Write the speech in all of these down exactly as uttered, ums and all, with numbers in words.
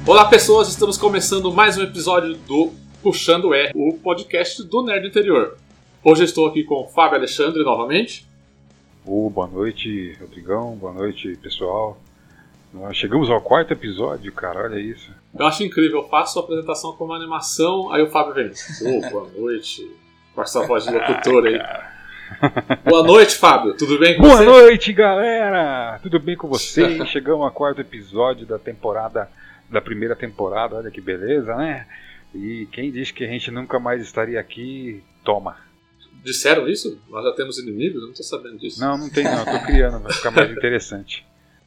Olá pessoas, estamos começando mais um episódio do Puxando R, o podcast do Nerd Interior. Hoje eu estou aqui com o Fábio Alexandre novamente. Oh, boa noite, Rodrigão, boa noite pessoal. Nós chegamos ao quarto episódio, cara, olha isso. Eu acho incrível, eu faço a apresentação como animação, aí o Fábio vem. Oh, boa noite, com essa voz de locutor aí. Boa noite, Fábio, tudo bem com boa você? Boa noite, galera, tudo bem com vocês? Chegamos ao quarto episódio da temporada, da primeira temporada, olha que beleza, né? E quem disse que a gente nunca mais estaria aqui, toma. Disseram isso? Nós já temos inimigos? Eu não tô sabendo disso. Não, não tem não, tô criando, vai ficar mais interessante.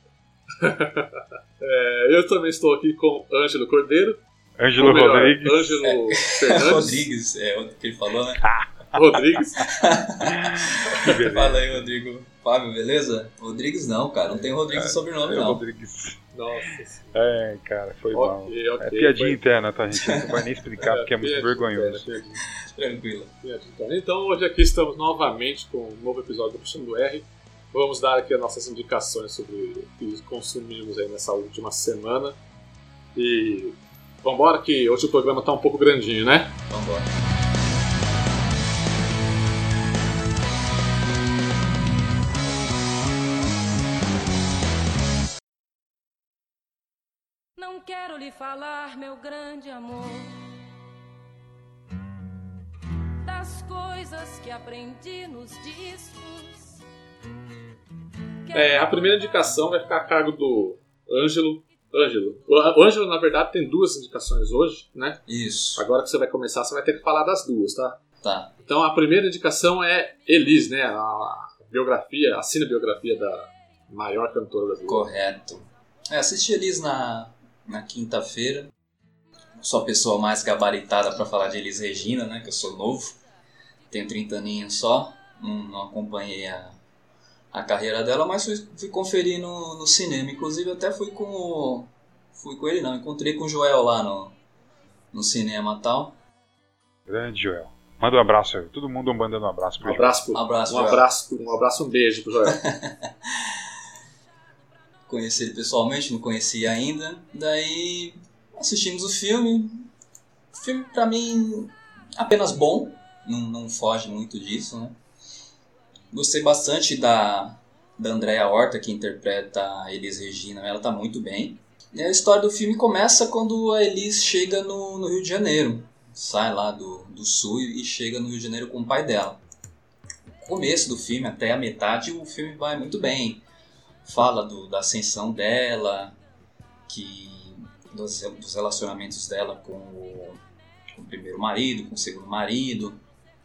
é, eu também estou aqui com Ângelo Cordeiro. Ângelo melhor, Rodrigues. Ângelo é, Fernandes. Rodrigues, é o que ele falou, né? Rodrigues. Fala aí, Rodrigo. Fábio, beleza? Rodrigues não, cara, não tem Rodrigues no sobrenome, é não. Rodrigues. Nossa. É, cara, foi okay, mal. Okay, é piadinha foi... interna, tá, gente? Não vai nem explicar é, porque é muito piadinha, vergonhoso. Piadinha. Tranquilo. Piadinha. Então, hoje aqui estamos novamente com um novo episódio do Puxando R. Vamos dar aqui as nossas indicações sobre o que consumimos aí nessa última semana. E vambora que hoje o programa tá um pouco grandinho, né? Vambora. Não quero lhe falar, meu grande amor, das coisas que aprendi nos discos. É, a primeira indicação vai ficar a cargo do Ângelo. Ângelo. O Ângelo, na verdade, tem duas indicações hoje, né? Isso. Agora que você vai começar, você vai ter que falar das duas, tá? Tá. Então, a primeira indicação é Elis, né? A biografia, a cinebiografia da maior cantora brasileira. Correto. É, assisti Elis na... na quinta-feira. Sou a pessoa mais gabaritada para falar de Elis Regina, né? Que eu sou novo, tenho trinta aninhos só, não, não acompanhei a, a carreira dela, mas fui, fui conferir no, no cinema. Inclusive até fui com o, fui com ele não, encontrei com o Joel lá no, no cinema e tal. Grande Joel. Manda um abraço aí, todo mundo mandando um abraço pro um abraço pro, um abraço, um abraço, um abraço, um beijo pro Joel. Conheci ele pessoalmente, não conhecia ainda. Daí assistimos o filme. O filme pra mim apenas bom, não, não foge muito disso, né? Gostei bastante da, da Andréa Horta, que interpreta a Elis Regina, ela tá muito bem. E a história do filme começa quando a Elis chega no, no Rio de Janeiro. Sai lá do, do sul e chega no Rio de Janeiro com o pai dela. No começo do filme, até a metade, o filme vai muito bem. Fala do, da ascensão dela, que, dos, dos relacionamentos dela com o, com o primeiro marido, com o segundo marido.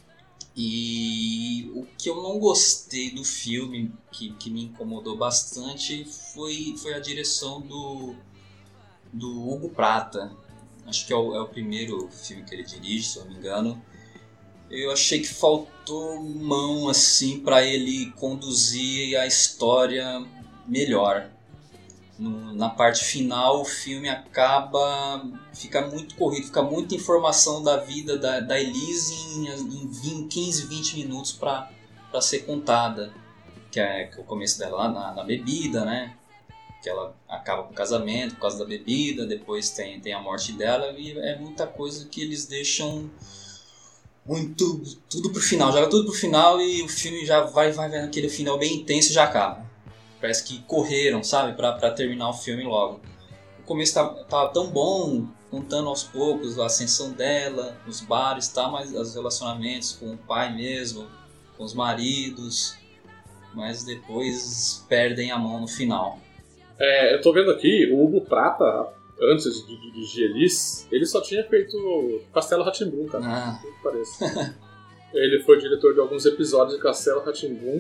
E o que eu não gostei do filme, que, que me incomodou bastante, foi, foi a direção do, do Hugo Prata. Acho que é o, é o primeiro filme que ele dirige, se eu não me engano. Eu achei que faltou mão assim para ele conduzir a história melhor. No, na parte final o filme acaba, fica muito corrido, fica muita informação da vida da, da Elis em, em vinte, quinze, vinte minutos para ser contada, que é, que é o começo dela lá na, na bebida, né? Que ela acaba com o casamento por causa da bebida, depois tem, tem a morte dela, e é muita coisa que eles deixam muito, tudo pro final, joga tudo pro final e o filme já vai, vai, vai naquele final bem intenso e já acaba. Parece que correram, sabe, pra, pra terminar o filme logo. O começo tava, tava tão bom, contando aos poucos a ascensão dela, os bares e tal, mas os relacionamentos com o pai mesmo, com os maridos, mas depois perdem a mão no final. É, eu tô vendo aqui, o Hugo Prata, antes de dirigir Elis, ele só tinha feito Castelo Rá-Tim-Bum, cara. Ah. Que parece. Ele foi diretor de alguns episódios de Castelo Rá-Tim-Bum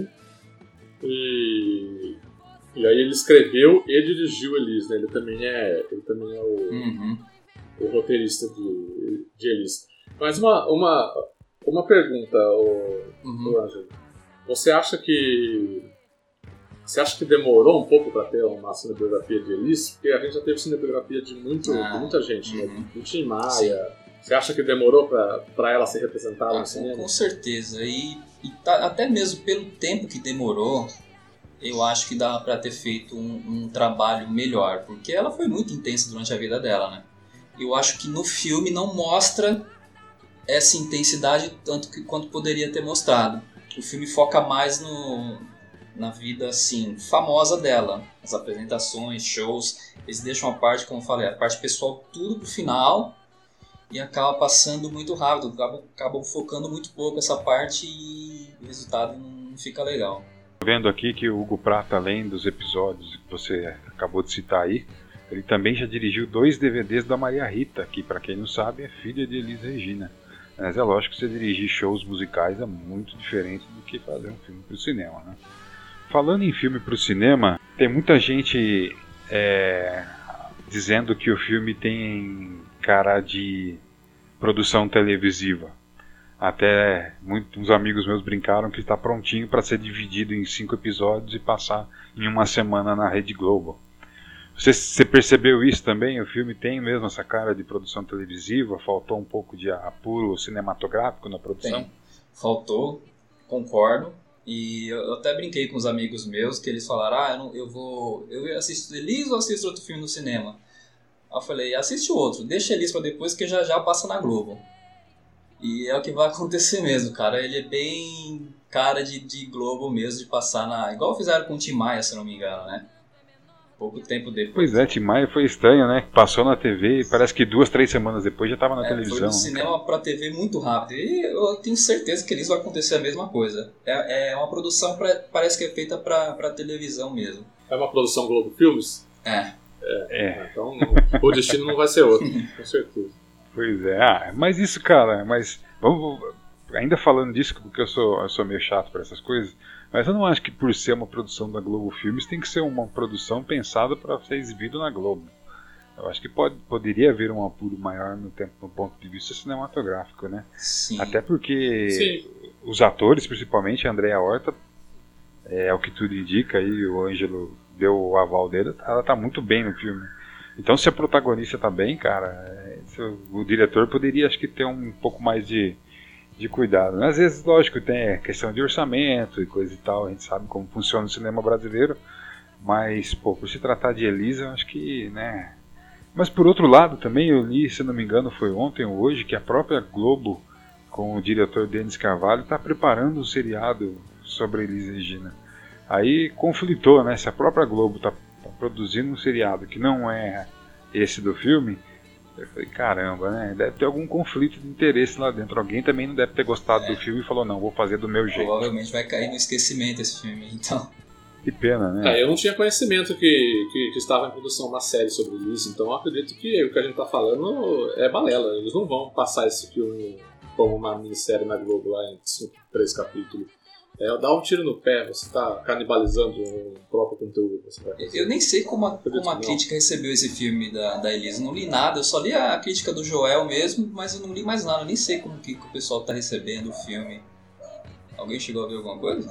e... E aí ele escreveu e dirigiu Elis, né? Ele também é, ele também é o, Uhum. o roteirista de, de Elis. Mas uma, uma, uma pergunta, o, Uhum. o Ângelo. Você acha que você acha que demorou um pouco para ter uma cinebiografia de Elis? Porque a gente já teve cinebiografia de, muito, Ah. de muita gente, Uhum. né? Do Tim Maia. Sim. Você acha que demorou para ela ser representada Ah, no cinema? com certeza. E, e tá, até mesmo pelo tempo que demorou, eu acho que dá pra ter feito um, um trabalho melhor, porque ela foi muito intensa durante a vida dela, né? Eu acho que no filme não mostra essa intensidade tanto que, quanto poderia ter mostrado. O filme foca mais no, na vida, assim, famosa dela. As apresentações, shows, eles deixam a parte, como eu falei, a parte pessoal tudo pro final e acaba passando muito rápido, acabam, acabam focando muito pouco essa parte e o resultado não fica legal. Vendo aqui que o Hugo Pratt, além dos episódios que você acabou de citar aí, ele também já dirigiu dois D V Ds da Maria Rita, que para quem não sabe é filha de Elis Regina. Mas é lógico que você dirigir shows musicais é muito diferente do que fazer um filme para o cinema, né? Falando em filme para o cinema, tem muita gente é, dizendo que o filme tem cara de produção televisiva. Até muitos amigos meus brincaram que está prontinho para ser dividido em cinco episódios e passar em uma semana na Rede Globo. Você, você percebeu isso também? O filme tem mesmo essa cara de produção televisiva? Faltou um pouco de apuro cinematográfico na produção? Tem. Faltou, concordo. E eu até brinquei com os amigos meus que eles falaram: ah, eu, não, eu vou. Eu assisto Elis ou assisto outro filme no cinema? Aí eu falei: assiste o outro, deixa Elis para depois que já já passa na Globo. E é o que vai acontecer mesmo, cara. Ele é bem cara de, de Globo mesmo, de passar na... Igual fizeram com o Tim Maia, se não me engano, né? Pouco tempo depois. Pois é, Tim Maia foi estranho, né? Passou na T V e parece que duas, três semanas depois já estava na é, televisão. Foi do né, cinema cara? pra T V muito rápido. E eu tenho certeza que eles vai acontecer a mesma coisa. É, é uma produção, pra, parece que é feita pra, pra televisão mesmo. É uma produção Globo Filmes? É. É. É. Então o destino não vai ser outro, com certeza. Pois é, ah, mas isso, cara, mas vamos, ainda falando disso, porque eu sou, eu sou meio chato para essas coisas, mas eu não acho que por ser uma produção da Globo Filmes tem que ser uma produção pensada para ser exibido na Globo. Eu acho que pode, poderia haver um apuro maior no, tempo, no ponto de vista cinematográfico, né? Sim. Até porque Sim. os atores, principalmente a Andréa Horta, é o que tudo indica, aí o Ângelo deu o aval dele, ela tá muito bem no filme. Então, se a protagonista tá bem, cara, o diretor poderia, acho que, ter um pouco mais de, de cuidado. Às vezes, lógico, tem questão de orçamento e coisa e tal, a gente sabe como funciona o cinema brasileiro, mas, pô, por se tratar de Elisa, eu acho que, né... Mas, por outro lado, também eu li, se não me engano, foi ontem ou hoje, que a própria Globo, com o diretor Denis Carvalho, tá preparando um seriado sobre Elis Regina. Aí conflitou, né, se a própria Globo tá produzindo um seriado que não é esse do filme, eu falei, caramba, né? Deve ter algum conflito de interesse lá dentro. Alguém também não deve ter gostado é. do filme e falou, não, vou fazer do meu jeito. Provavelmente vai cair no esquecimento esse filme, então. Que pena, né? É, eu não tinha conhecimento que, que, que estava em produção uma série sobre isso, então eu acredito que o que a gente está falando é balela. Eles não vão passar esse filme como uma minissérie na Globo lá em cinco, três capítulos. É, dá um tiro no pé, você está canibalizando o próprio conteúdo. Você vai fazer. Eu nem sei como a, como a crítica recebeu esse filme da, da Elisa. Eu não li nada, eu só li a crítica do Joel mesmo, mas eu não li mais nada. Eu nem sei como que, que o pessoal está recebendo o filme. Alguém chegou a ver alguma coisa?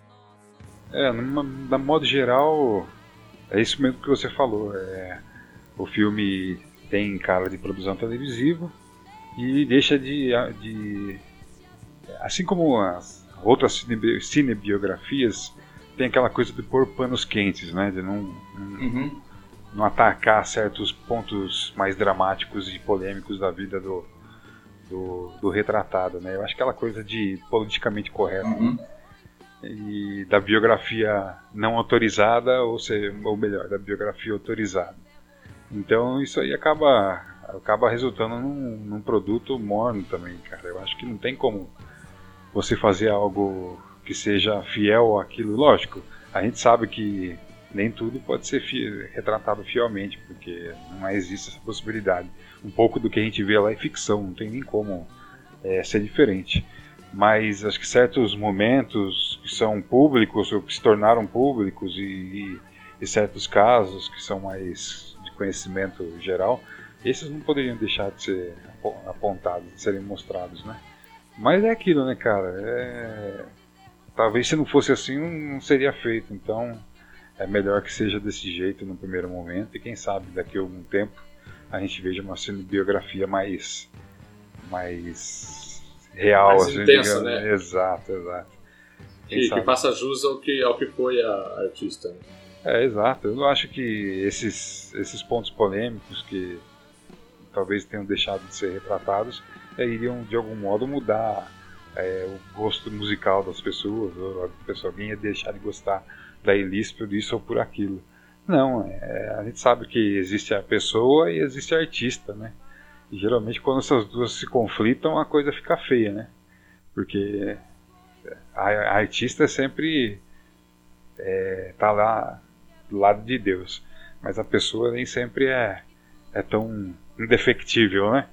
É, numa, na modo geral, é isso mesmo que você falou. É, o filme tem cara de produção televisiva e deixa de... de assim como as outras cinebiografias, tem aquela coisa de pôr panos quentes, né? De não, não, Uhum. não atacar certos pontos mais dramáticos e polêmicos da vida do, do, do retratado, né? Eu acho que aquela coisa de politicamente correto, Uhum. né? E da biografia não autorizada, ou, seja, ou melhor, da biografia autorizada. Então isso aí acaba, acaba resultando num, num produto morno também, cara. Eu acho que não tem como você fazer algo que seja fiel àquilo. Lógico, a gente sabe que nem tudo pode ser fi- retratado fielmente, porque não existe essa possibilidade. Um pouco do que a gente vê lá é ficção, não tem nem como é, ser diferente. Mas acho que certos momentos que são públicos, ou que se tornaram públicos, e, e, e certos casos que são mais de conhecimento geral, esses não poderiam deixar de ser apontados, de serem mostrados, né? Mas é aquilo, né, cara? É... Talvez se não fosse assim, não seria feito. Então, é melhor que seja desse jeito no primeiro momento. E quem sabe, daqui a algum tempo, a gente veja uma cinebiografia mais... mais real. Mais assim, intensa, digamos. né? Exato, exato. que, que faça jus ao que, ao que foi a artista. Né? É, exato. Eu não acho que esses, esses pontos polêmicos que talvez tenham deixado de ser retratados é, iriam de algum modo mudar é, o gosto musical das pessoas, ou a pessoa alguém ia deixar de gostar da Elis por isso ou por aquilo. Não, é, a gente sabe que existe a pessoa e existe a artista, né? E geralmente quando essas duas se conflitam a coisa fica feia, né? Porque a, a artista sempre é, tá lá do lado de Deus, mas a pessoa nem sempre é, é tão indefectível, né?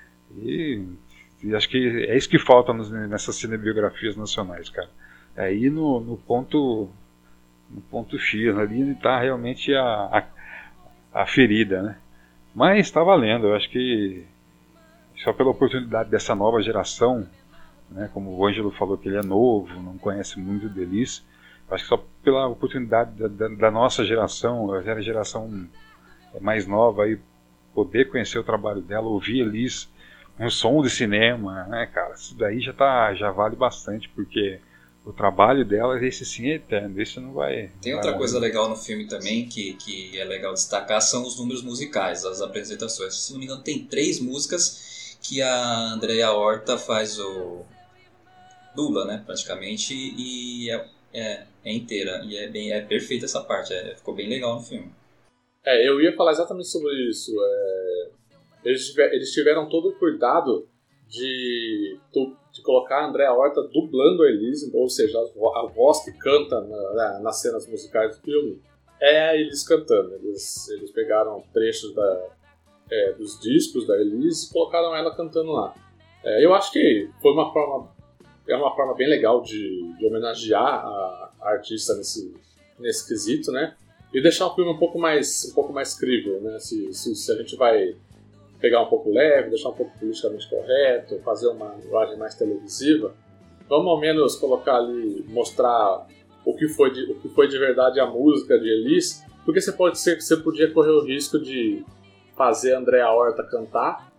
E, e acho que é isso que falta nos, nessas cinebiografias nacionais, cara. É ir no, no ponto no ponto X, ali onde está realmente a, a, a ferida, né? Mas está valendo, eu acho que só pela oportunidade dessa nova geração, né, como o Ângelo falou que ele é novo, não conhece muito o Elis, acho que só pela oportunidade da, da, da nossa geração, a geração mais nova, aí, poder conhecer o trabalho dela, ouvir Elis, um som de cinema, né, cara, isso daí já, tá, já vale bastante, porque o trabalho dela, esse sim é eterno, esse não vai... Tem outra coisa legal no filme também, que, que é legal destacar, são os números musicais, as apresentações. Se não me engano, tem três músicas que a Andrea Horta faz o... dubla, né, praticamente, e é, é, é inteira, e é, bem, é perfeita essa parte, é, ficou bem legal no filme. É, eu ia falar exatamente sobre isso. É, eles, tiver, eles tiveram todo o cuidado de... de colocar a Andrea Horta dublando a Elis, ou seja, a voz que canta na, na, nas cenas musicais do filme é a Elis cantando. Eles, eles pegaram trechos da, é, dos discos da Elis e colocaram ela cantando lá. É, eu acho que foi uma forma, é uma forma bem legal de, de homenagear a, a artista nesse, nesse quesito, né? E deixar o filme um pouco mais, um pouco mais crível, né? Se, se, se a gente vai pegar um pouco leve, deixar um pouco politicamente correto, fazer uma linguagem mais televisiva, vamos ao menos colocar ali, mostrar o que foi de, o que foi de verdade a música de Elis, porque você pode ser, você podia correr o risco de fazer a Andrea Horta cantar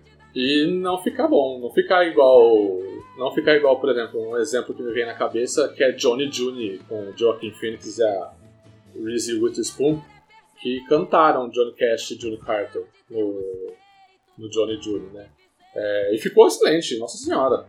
e não ficar bom, não ficar igual, não ficar igual, por exemplo, um exemplo que me vem na cabeça que é Johnny Junior com Joaquin Phoenix e a Reese Witherspoon, que cantaram Johnny Cash e Johnny Carter no no Johnny Junior, né? É, e ficou excelente, nossa senhora.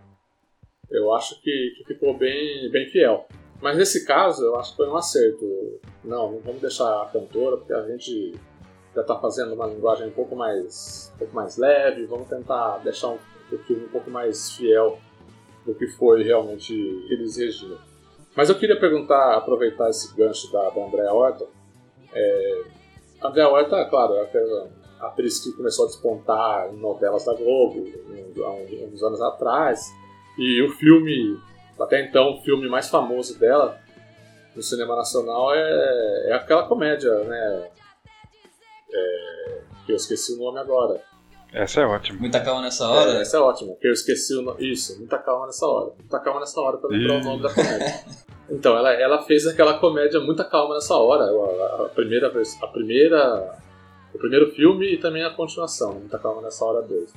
Eu acho que, que ficou bem, bem fiel. Mas nesse caso, eu acho que foi um acerto. Não, não vamos deixar a cantora, porque a gente já está fazendo uma linguagem um pouco mais, um pouco mais leve, vamos tentar deixar um, o filme um pouco mais fiel do que foi realmente Elis Regina. Mas eu queria perguntar, aproveitar esse gancho da, da Andrea Horta. É, a Andrea Horta, claro, é aquela atriz que começou a despontar em novelas da Globo há uns anos atrás, e o filme, até então o filme mais famoso dela no cinema nacional é, é aquela comédia, né, é, que eu esqueci o nome agora. Essa é ótima. Muita calma nessa hora? É, essa é ótima, que eu esqueci o nome. Isso, Muita Calma Nessa Hora. Muita Calma Nessa Hora pra lembrar o nome da comédia. Então, ela, ela fez aquela comédia Muita Calma Nessa Hora, a, a primeira vez, a primeira... o primeiro filme e também a continuação, Muita Calma Nessa Hora dois.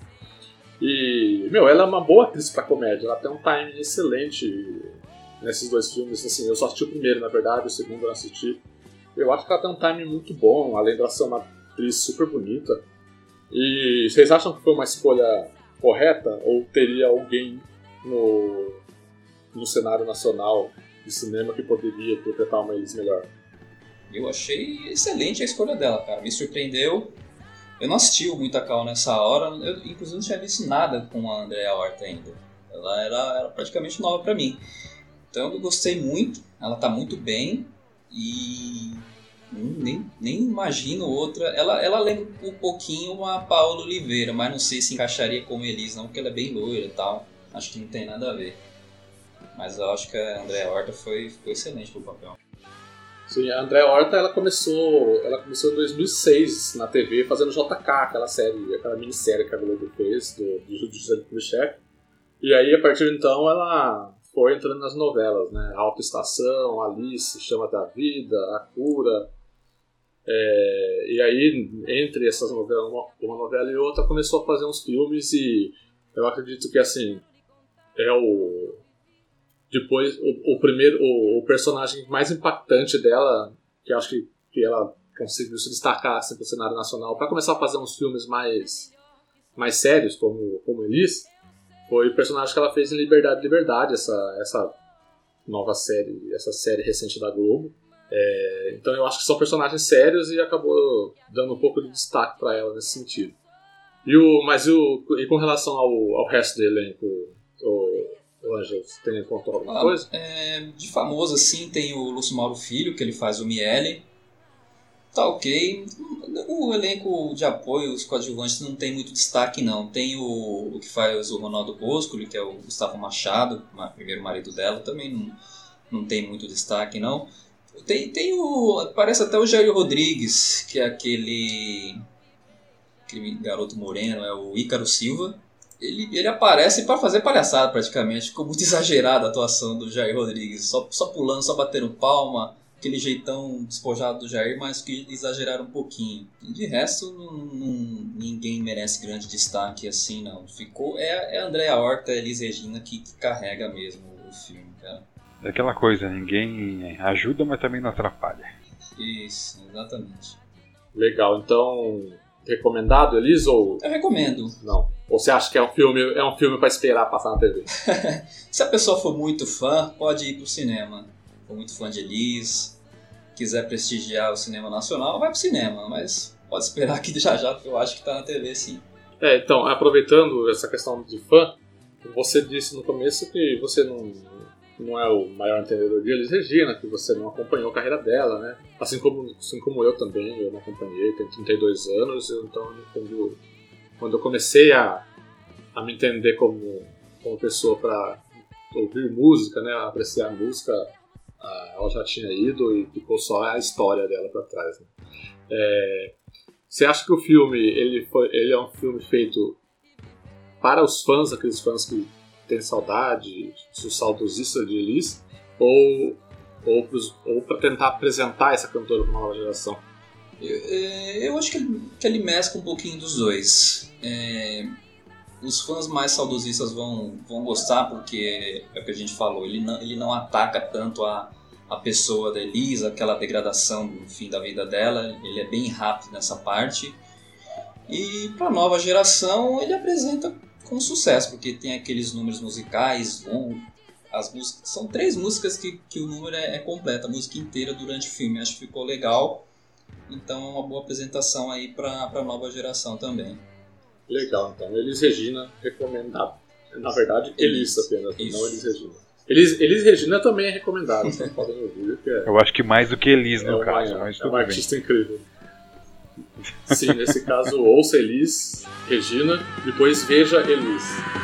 E, meu, ela é uma boa atriz pra comédia, ela tem um timing excelente nesses dois filmes. Assim, eu só assisti o primeiro, na verdade, o segundo eu não assisti. Eu acho que ela tem um timing muito bom, além de ela ser uma atriz super bonita. E vocês acham que foi uma escolha correta? Ou teria alguém no, no cenário nacional de cinema que poderia interpretar uma Elis melhor? Eu achei excelente a escolha dela, cara. Me surpreendeu. Eu não assisti o Muita Calma Nessa Hora. Eu, inclusive, não tinha visto nada com a Andrea Horta ainda. Ela era, era praticamente nova pra mim. Então, eu gostei muito. Ela tá muito bem. E nem, nem imagino outra. Ela, ela lembra um pouquinho a Paola Oliveira, mas não sei se encaixaria como Elis, não, porque ela é bem loira e tal. Acho que não tem nada a ver. Mas eu acho que a Andrea Horta foi, foi excelente pro papel. Sim, a Andrea Horta ela começou, ela começou em dois mil e seis na T V fazendo J K, aquela série, aquela minissérie que a Globo fez do, do José Kubitschek. E aí, a partir de então, ela foi entrando nas novelas, né? Alta Estação, Alice, Chama da Vida, A Cura. É, e aí, entre essas novelas, uma, uma novela e outra, começou a fazer uns filmes e eu acredito que, assim, é o... depois, o, o primeiro, o, o personagem mais impactante dela, que eu acho que, que ela conseguiu se destacar assim, para o cenário nacional, para começar a fazer uns filmes mais, mais sérios, como, como Elis, foi o personagem que ela fez em Liberdade, Liberdade, essa, essa nova série, essa série recente da Globo. É, então eu acho que são personagens sérios e acabou dando um pouco de destaque para ela nesse sentido. E, o, mas o, e com relação ao, ao resto do elenco, o, o Ângelo, você tem em conta alguma ah, coisa? É, de famoso assim tem o Lúcio Mauro Filho, que ele faz o Miele. Tá ok. O elenco de apoio, os coadjuvantes, não tem muito destaque não. Tem o, o que faz o Ronaldo Boscoli, que é o Gustavo Machado, o primeiro marido dela, também não, não tem muito destaque não. Tem, tem o... parece até o Jair Rodrigues, que é aquele, aquele garoto moreno, é o Ícaro Silva. Ele, ele aparece para fazer palhaçada praticamente. Ficou muito exagerada a atuação do Jair Rodrigues. Só, só pulando, só batendo palma. Aquele jeitão despojado do Jair, mas que exageraram um pouquinho. De resto, não, não, ninguém merece grande destaque assim, não. Ficou, é, é a Andréa Horta e a Elis Regina que, que carrega mesmo o filme, cara. É aquela coisa, ninguém ajuda, mas também não atrapalha. Isso, exatamente. Legal, então, recomendado, Elis, ou... Eu recomendo. Não. Ou você acha que é um filme, é um filme para esperar passar na T V? Se a pessoa for muito fã, pode ir pro cinema. For muito fã de Elis, quiser prestigiar o cinema nacional, vai pro cinema, mas pode esperar que já já eu acho que tá na T V sim. É, então, aproveitando essa questão de fã, você disse no começo que você não, não é o maior entendedor de Elis Regina, que você não acompanhou a carreira dela, né? Assim como, assim como eu também, eu não acompanhei, tenho trinta e dois anos, então quando, quando eu comecei a, a me entender como, como pessoa para ouvir música, né, apreciar música, ela já tinha ido e ficou só a história dela para trás. Né? É, você acha que o filme ele foi, ele é um filme feito para os fãs, aqueles fãs que têm saudade, os saudosistas de Elis, ou, ou, ou para tentar apresentar essa cantora para uma nova geração? Eu, eu acho que ele, que ele mescla um pouquinho dos dois. É, os fãs mais saudosistas vão, vão gostar porque é o que a gente falou, ele não, ele não ataca tanto a, a pessoa da Elis, aquela degradação no fim da vida dela, ele é bem rápido nessa parte. E para a nova geração ele apresenta com sucesso, porque tem aqueles números musicais longos, as músicas, são três músicas que, que o número é, é completo, a música inteira durante o filme, acho que ficou legal, então é uma boa apresentação aí para a nova geração também. Legal, então. Elis Regina, recomendado. Na verdade, Elis apenas, Isso. não Elis Regina. Elis, Elis Regina também é recomendado, vocês podem ouvir. Que é, Eu acho que mais do que Elis no é caso, uma, mas é tudo uma bem. artista incrível. Sim, nesse caso, ouça Elis Regina, depois veja Elis.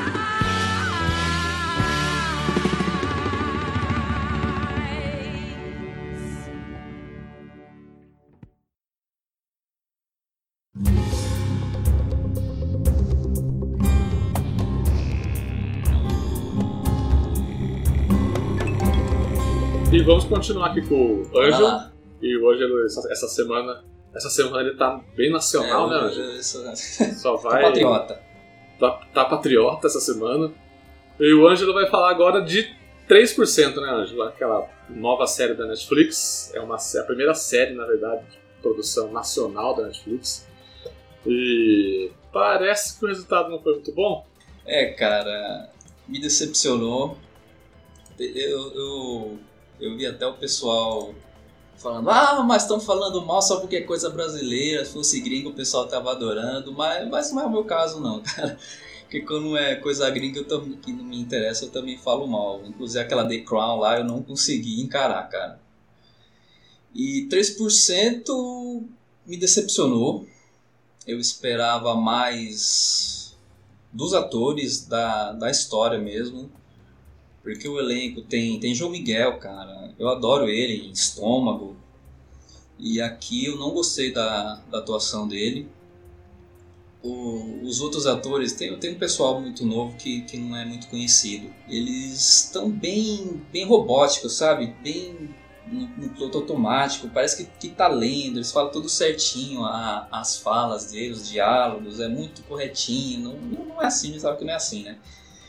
E vamos continuar aqui com o Ângelo. Ah. E o Ângelo, essa, essa semana, essa semana ele tá bem nacional, é, né, Ângelo? Eu sou... Só vai. Tô patriota. Tá, tá patriota essa semana. E o Ângelo vai falar agora de três por cento, né, Ângelo? Aquela nova série da Netflix. É uma, a primeira série, na verdade, de produção nacional da Netflix. E parece que o resultado não foi muito bom. É, cara, me decepcionou. Eu, eu, eu vi até o pessoal falando, ah, mas estão falando mal só porque é coisa brasileira, se fosse gringo o pessoal tava adorando, mas, mas não é o meu caso não, cara. Porque quando é coisa gringa eu também, que não me interessa, eu também falo mal. Inclusive aquela The Crown lá eu não consegui encarar, cara. E três por cento me decepcionou. Eu esperava mais dos atores, da, da história mesmo. Porque o elenco tem, tem João Miguel, cara. Eu adoro ele em Estômago. E aqui eu não gostei da, da atuação dele. O, os outros atores, tem, tem um pessoal muito novo que, que não é muito conhecido. Eles estão bem, bem robóticos, sabe? Bem no, no piloto automático. Parece que, que tá lendo. Eles falam tudo certinho. A, as falas deles, os diálogos. É muito corretinho. Não, não é assim, sabe que não é assim, né?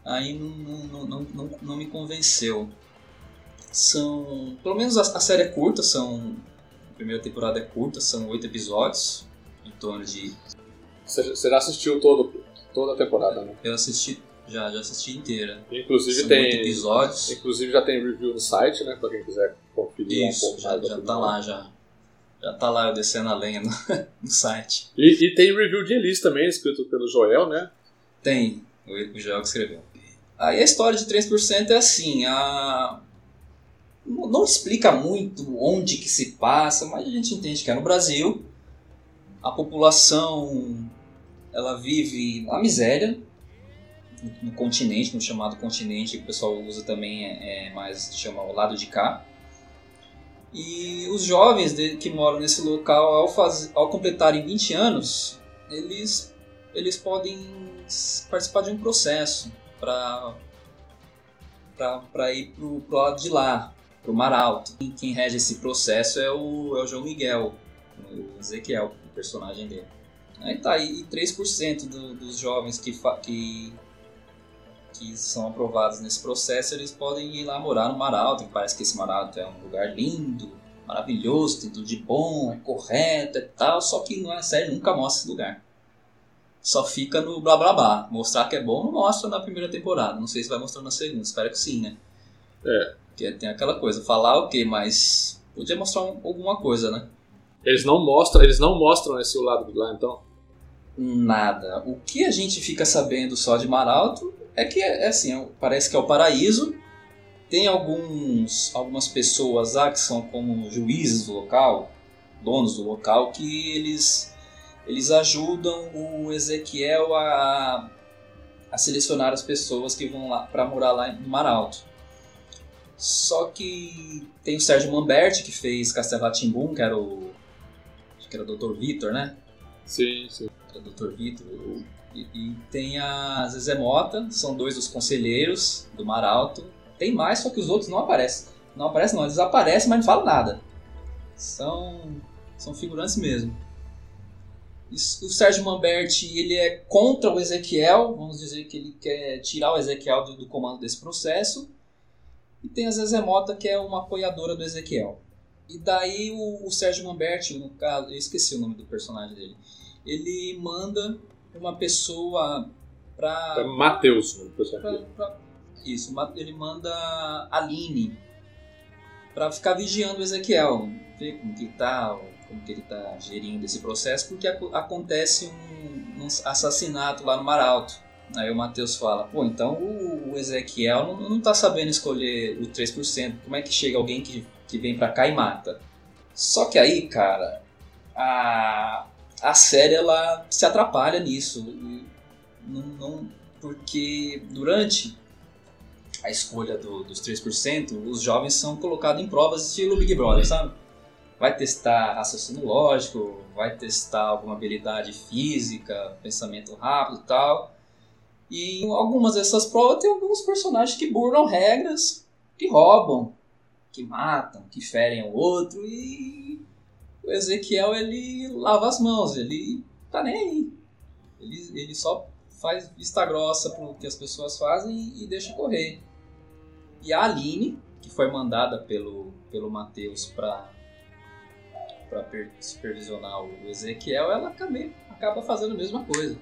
aí não, não, não, não, não me convenceu. São, pelo menos a, a série é curta, são, a primeira temporada é curta, são oito episódios, em torno de... Você, você já assistiu todo, toda a temporada, né? Eu assisti, já, já assisti inteira. Inclusive são tem oito episódios. Inclusive já tem review no site, né? Pra quem quiser conferir Isso, um pouco já, mais. já tá lá, já. Já tá lá eu descendo a lenha no, no site. E, e tem review de Elise também, escrito pelo Joel, né? Tem, o, o Joel que escreveu. Aí a história de três por cento é assim, a... não explica muito onde que se passa, mas a gente entende que é no Brasil. A população, ela vive na miséria, no, no continente, no chamado continente, que o pessoal usa também, é, é mais, chama o lado de cá. E os jovens de, que moram nesse local, ao, faz, ao completarem vinte anos, eles, eles podem participar de um processo para ir para o lado de lá, para o Mar Alto. E quem rege esse processo é o, é o João Miguel, o Ezequiel, o personagem dele. Aí tá, e três por cento do, dos jovens que, que, que são aprovados nesse processo, eles podem ir lá morar no Mar Alto, que parece que esse Mar Alto é um lugar lindo, maravilhoso, tem tudo de bom, é correto e tal, só que não é sério, nunca mostra esse lugar. Só fica no blá blá blá. Mostrar que é bom não mostra na primeira temporada, não sei se vai mostrar na segunda, espero que sim, né? É. Porque tem aquela coisa, falar ok, mas podia mostrar um, alguma coisa, né? Eles não mostram, eles não mostram esse lado de lá, então? Nada. O que a gente fica sabendo só de Mar Alto é que é, é assim, é, parece que é o paraíso. Tem alguns, algumas pessoas lá que são como juízes do local, donos do local, que eles, eles ajudam o Ezequiel a, a selecionar as pessoas que vão lá para morar lá no Mar Alto. Só que tem o Sérgio Manberti, que fez Castelo Rá-Tim-Bum, que era o acho que era o doutor Vitor, né? Sim, sim. Era o doutor Vitor. E, e tem a Zezé Mota, são dois dos conselheiros do Mar Alto. Tem mais, só que os outros não aparecem. Não aparecem não, eles aparecem, mas não falam nada. São, são figurantes mesmo. E o Sérgio Manberti, ele é contra o Ezequiel, vamos dizer que ele quer tirar o Ezequiel do, do comando desse processo. E tem a Zezé Mota, que é uma apoiadora do Ezequiel. E daí o, o Sérgio Manberti, no caso, eu esqueci o nome do personagem dele, ele manda uma pessoa pra... É Matheus, o personagem. Pra, pra, isso, ele manda a Aline pra ficar vigiando o Ezequiel, ver como que tá, como que ele tá gerindo esse processo, porque ac- acontece um, um assassinato lá no Mar Alto. Aí o Matheus fala, pô, então o, o Ezequiel não, não tá sabendo escolher o três por cento, como é que chega alguém que, que vem pra cá e mata? Só que aí, cara, a, a série ela se atrapalha nisso, não, não, porque durante a escolha do, dos três por cento, os jovens são colocados em provas estilo Big Brother, sabe? Vai testar raciocínio lógico, vai testar alguma habilidade física, pensamento rápido e tal. E em algumas dessas provas tem alguns personagens que burlam regras, que roubam, que matam, que ferem o outro. E o Ezequiel, ele lava as mãos, ele tá nem aí. Ele, ele só faz vista grossa pro que as pessoas fazem e deixa correr. E a Aline, que foi mandada pelo, pelo Matheus para para supervisionar o Ezequiel, ela acaba, acaba fazendo a mesma coisa.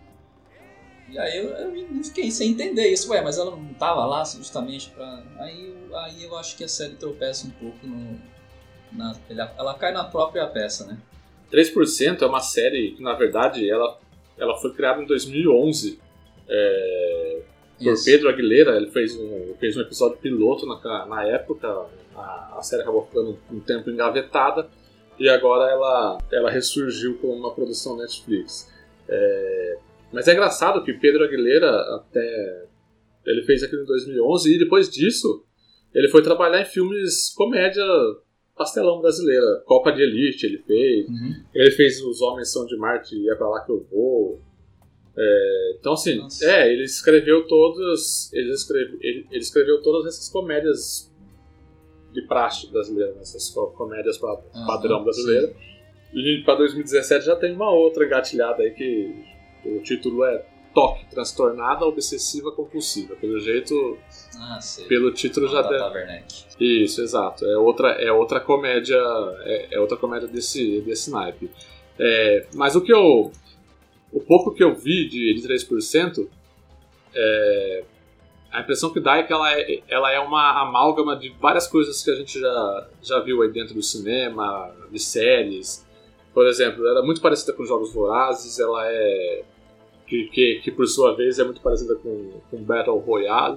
E aí eu, eu fiquei sem entender isso, ué, mas ela não estava lá justamente para... Aí, aí eu acho que a série tropeça um pouco no... Na, ela, ela cai na própria peça, né? três por cento é uma série que, na verdade, ela, ela foi criada em dois mil e onze é, por isso. Pedro Aguilera. Ele fez um, fez um episódio piloto na, na época, a, a série acabou ficando um tempo engavetada e agora ela, ela ressurgiu como uma produção Netflix. É, mas é engraçado que Pedro Aguilera até ele fez aquilo em dois mil e onze e depois disso ele foi trabalhar em filmes comédia pastelão brasileira. Copa de Elite ele fez, uhum. Ele fez Os Homens São de Marte e É Pra Lá Que Eu Vou. É, então assim, Nossa. é, ele escreveu todas ele, escreve, ele, ele escreveu todas essas comédias de praxe brasileira, essas comédias pra, uhum, padrão brasileira. Sim. E para dois mil e dezessete já tem uma outra engatilhada aí que o título é toque, transtornada, obsessiva, compulsiva. Pelo jeito, Ah, sei. pelo título já Tata deve... Werneck. Isso, exato. É outra, é outra comédia, é, é outra comédia desse, desse naipe. É, mas o que eu... O pouco que eu vi de, de três por cento, é, a impressão que dá é que ela é, ela é uma amálgama de várias coisas que a gente já, já viu aí dentro do cinema, de séries. Por exemplo, ela é muito parecida com Jogos Vorazes, ela é... Que, que, que por sua vez é muito parecida com, com Battle Royale.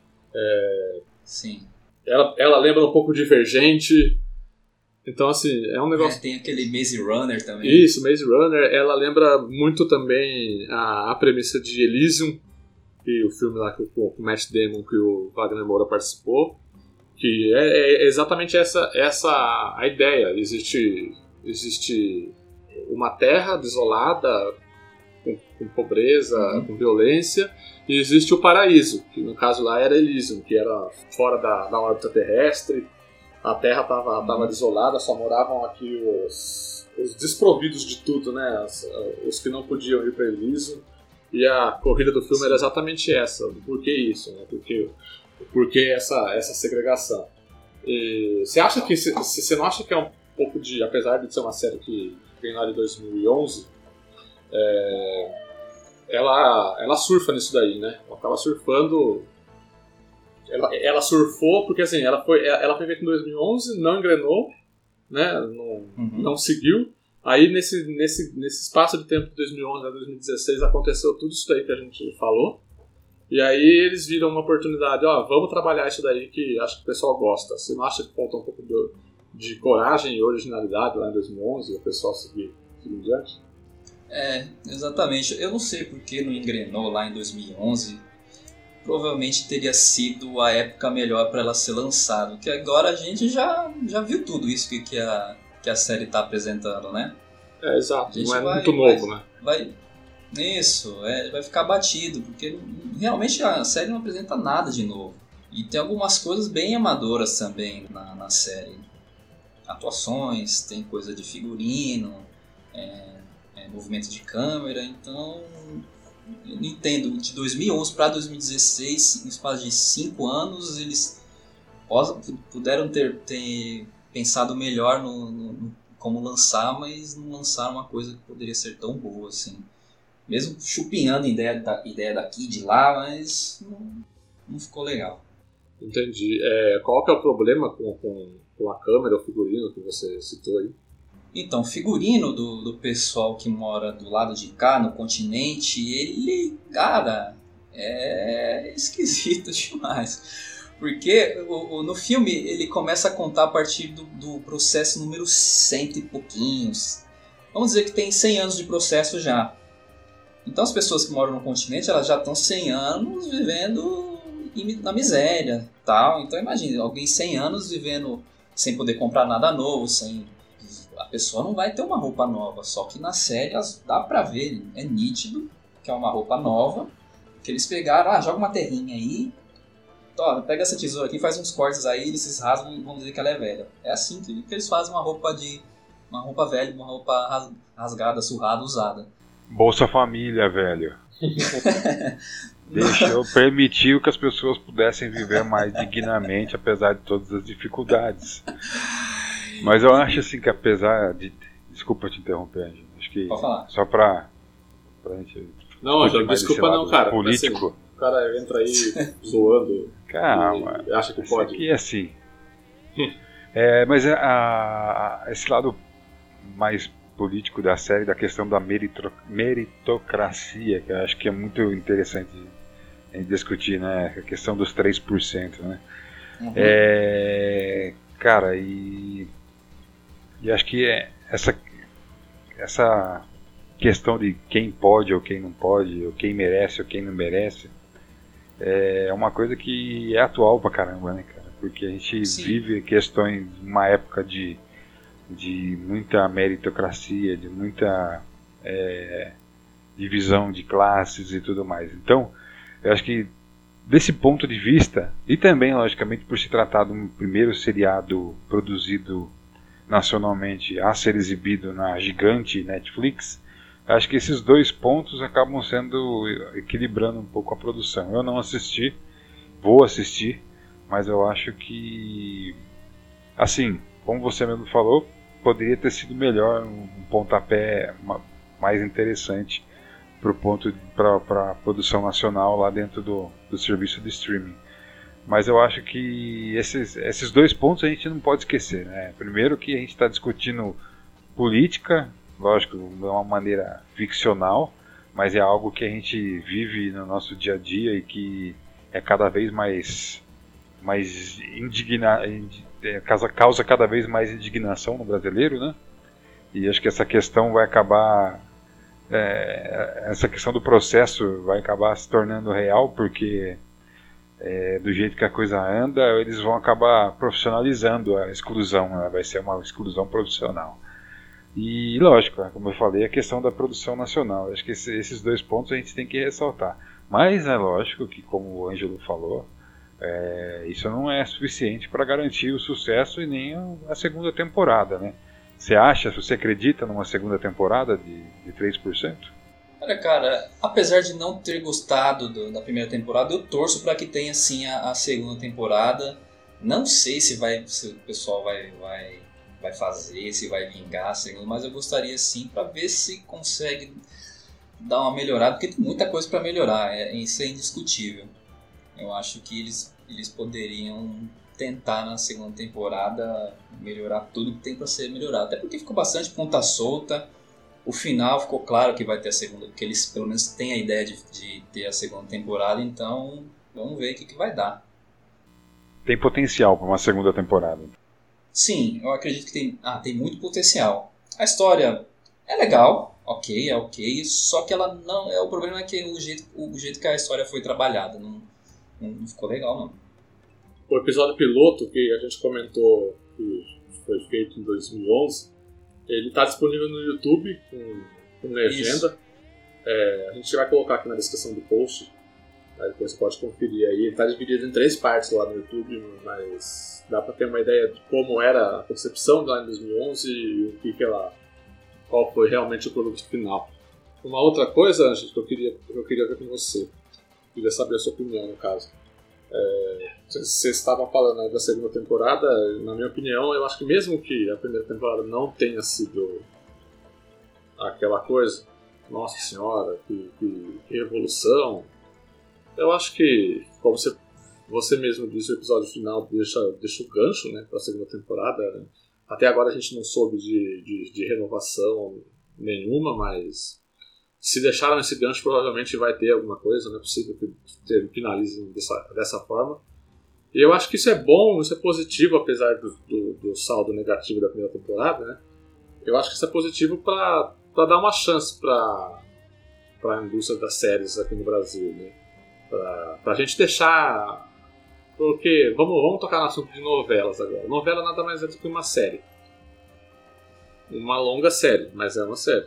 É, Sim. ela, ela lembra um pouco Divergente. Então, assim, é um negócio... É, tem aquele Maze Runner também. Isso, Maze Runner, ela lembra muito também a, a premissa de Elysium, que o filme lá com o Matt Damon, que o Wagner Moura participou, que é, é exatamente essa, essa a ideia. Existe, existe uma terra desolada, com, com pobreza, uhum. com violência, e existe o paraíso, que no caso lá era Elysium, que era fora da, da órbita terrestre. A Terra estava tava desolada, só moravam aqui os, os desprovidos de tudo, né? Os, os que não podiam ir para Elysium. E a corrida do filme Sim. era exatamente essa. Por que isso? Né? Por que, por que essa, essa segregação? E você acha que você não acha que é um pouco de, apesar de ser uma série que vem lá de dois mil e onze, é, ela, ela surfa nisso daí, né? Ela estava surfando. Ela, ela surfou porque assim, ela foi, ela foi feita em dois mil e onze, não engrenou, né? Não, uhum. não seguiu. Aí nesse, nesse, nesse espaço de tempo de dois mil e onze a dois mil e dezesseis aconteceu tudo isso daí que a gente falou. E aí eles viram uma oportunidade, ó, vamos trabalhar isso daí que acho que o pessoal gosta. Você não acha que falta um pouco de, de coragem e originalidade lá em dois mil e onze e o pessoal seguir, seguir diante? É, exatamente. Eu não sei por que não engrenou lá em dois mil e onze. Provavelmente teria sido a época melhor para ela ser lançada. Porque agora a gente já, já viu tudo isso que, que, a, que a série está apresentando, né? É, exato. Não é vai, muito novo, vai, né? Vai, isso, é, vai ficar batido. Porque realmente a série não apresenta nada de novo. E tem algumas coisas bem amadoras também na, na série. Atuações, tem coisa de figurino, é, é, movimento de câmera. Então... Eu não entendo, de dois mil e onze para dois mil e dezesseis, em espaço de cinco anos, eles puderam ter, ter pensado melhor no, no, no como lançar, mas não lançaram uma coisa que poderia ser tão boa assim. Mesmo chupinhando a ideia, da, ideia daqui e de lá, mas não, não ficou legal. Entendi. É, qual que é o problema com, com, com a câmera, o figurino que você citou aí? Então, o figurino do, do pessoal que mora do lado de cá, no continente, ele, cara, é esquisito demais. Porque o, o, no filme ele começa a contar a partir do, do processo número cento e pouquinhos. Vamos dizer que tem cem anos de processo já. Então as pessoas que moram no continente, elas já estão cem anos vivendo na miséria, tal. Então imagine, alguém cem anos vivendo sem poder comprar nada novo, sem... A pessoa não vai ter uma roupa nova, só que nas séries dá pra ver, é nítido que é uma roupa nova, que eles pegaram, ah, joga uma terrinha aí, ó, pega essa tesoura aqui, faz uns cortes aí, eles rasgam e vão dizer que ela é velha. É assim que eles fazem uma roupa de uma roupa velha, uma roupa rasgada, surrada, usada. Bolsa Família, velho. Deixou, permitiu que as pessoas pudessem viver mais dignamente, apesar de todas as dificuldades. Mas eu acho assim que apesar de... Desculpa te interromper, Angel. Acho que pode falar. Só pra... pra gente... Não, Angel, desculpa não, cara. Político. Assim, o cara entra aí zoando. Calma. E acha que pode. Aqui é assim. é, mas a, a, esse lado mais político da série, da questão da meritro, meritocracia, que eu acho que é muito interessante a gente discutir, né? A questão dos três por cento, né? Uhum. É, cara, e... E acho que é essa, essa questão de quem pode ou quem não pode, ou quem merece ou quem não merece, é uma coisa que é atual pra caramba, né, cara? Porque a gente Sim. vive questões, uma época de, de muita meritocracia, de muita é, divisão de classes e tudo mais. Então, eu acho que desse ponto de vista, e também, logicamente, por se tratar de um primeiro seriado produzido nacionalmente a ser exibido na gigante Netflix, acho que esses dois pontos acabam sendo equilibrando um pouco a produção. Eu não assisti, vou assistir, mas eu acho que, assim, como você mesmo falou, poderia ter sido melhor, um pontapé mais interessante para ponto para a produção nacional lá dentro do, do serviço de streaming. Mas eu acho que esses, esses dois pontos a gente não pode esquecer, né? Primeiro que a gente está discutindo política, lógico, de uma maneira ficcional, mas é algo que a gente vive no nosso dia a dia e que é cada vez mais, mais indigna, causa, causa cada vez mais indignação no brasileiro, né? E acho que essa questão vai acabar, é, essa questão do processo vai acabar se tornando real, porque é, do jeito que a coisa anda, eles vão acabar profissionalizando a exclusão, né? Vai ser uma exclusão profissional. E lógico, como eu falei, a questão da produção nacional. Acho que esse, esses dois pontos a gente tem que ressaltar. Mas é lógico que, como o Ângelo falou, é, isso não é suficiente para garantir o sucesso e nem a segunda temporada, né? Você acha, você acredita numa segunda temporada de, de três por cento? Olha, cara, apesar de não ter gostado do, da primeira temporada, eu torço para que tenha sim a, a segunda temporada. Não sei se, vai, se o pessoal vai, vai, vai fazer, se vai vingar a segunda, mas eu gostaria sim para ver se consegue dar uma melhorada, porque tem muita coisa para melhorar, é, isso é indiscutível. Eu acho que eles, eles poderiam tentar na segunda temporada melhorar tudo que tem para ser melhorado, até porque ficou bastante ponta solta. O final ficou claro que vai ter a segunda, porque eles pelo menos têm a ideia de, de ter a segunda temporada, então vamos ver o que, que vai dar. Tem potencial para uma segunda temporada? Sim, eu acredito que tem, ah, tem muito potencial. A história é legal, ok, é ok, só que ela não, é, o problema é que o jeito, o jeito que a história foi trabalhada não, não, não ficou legal, não. O episódio piloto que a gente comentou, que foi feito em dois mil e onze, ele está disponível no YouTube com, com legenda. É, a gente vai colocar aqui na descrição do post, aí depois você pode conferir aí. Ele está dividido em três partes lá no YouTube, mas dá para ter uma ideia de como era a concepção lá em dois mil e onze e o que, que ela, qual foi realmente o produto final. Uma outra coisa, Ângelo, que eu queria, eu queria ver com você, eu queria saber a sua opinião no caso. É, vocês estavam falando aí da segunda temporada. Na minha opinião, eu acho que mesmo que a primeira temporada não tenha sido aquela coisa, nossa senhora, que, que, que revolução, eu acho que, como você, você mesmo disse, o episódio final deixa, deixa o gancho, né, para a segunda temporada. Até agora a gente não soube de, de, de renovação nenhuma, mas se deixaram esse gancho, provavelmente vai ter alguma coisa, não é possível que finalizem dessa, dessa forma. E eu acho que isso é bom, isso é positivo, apesar do, do, do saldo negativo da primeira temporada, né? Eu acho que isso é positivo para dar uma chance para a indústria das séries aqui no Brasil, né? Para a gente deixar... Porque, vamos, vamos tocar no assunto de novelas agora. Novela nada mais é do que uma série. Uma longa série, mas é uma série.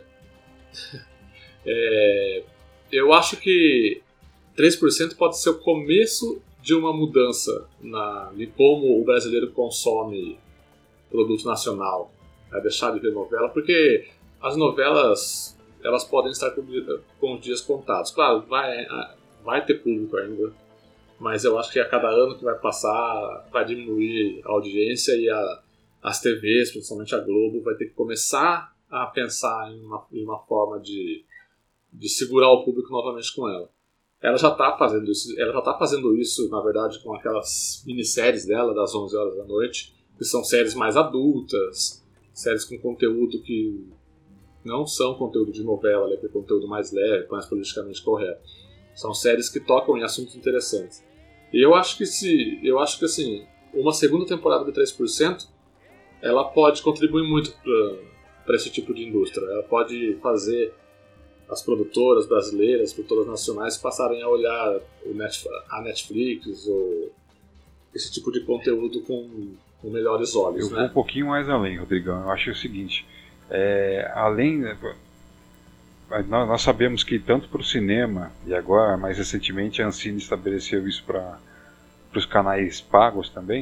É, eu acho que três por cento pode ser o começo de uma mudança na, de como o brasileiro consome produto nacional, é deixar de ver novela, porque as novelas elas podem estar com, com os dias contados. Claro, vai, vai ter público ainda, mas eu acho que a cada ano que vai passar vai diminuir a audiência e a, as T Vs, principalmente a Globo, vai ter que começar a pensar em uma, em uma forma de de segurar o público novamente com ela. Ela já está fazendo isso, ela já tá fazendo isso, na verdade, com aquelas minisséries dela, das onze horas da noite, que são séries mais adultas, séries com conteúdo que não são conteúdo de novela, é conteúdo mais leve, mais politicamente correto. São séries que tocam em assuntos interessantes. E eu acho que se, eu acho que assim, uma segunda temporada de três por cento, ela pode contribuir muito para esse tipo de indústria. Ela pode fazer as produtoras brasileiras, as produtoras nacionais passarem a olhar o Netflix, a Netflix ou esse tipo de conteúdo com, com melhores olhos. Eu né? vou um pouquinho mais além, Rodrigão. Eu acho o seguinte, é, além... Nós, nós sabemos que tanto para o cinema, e agora mais recentemente a Ancine estabeleceu isso para os canais pagos também, que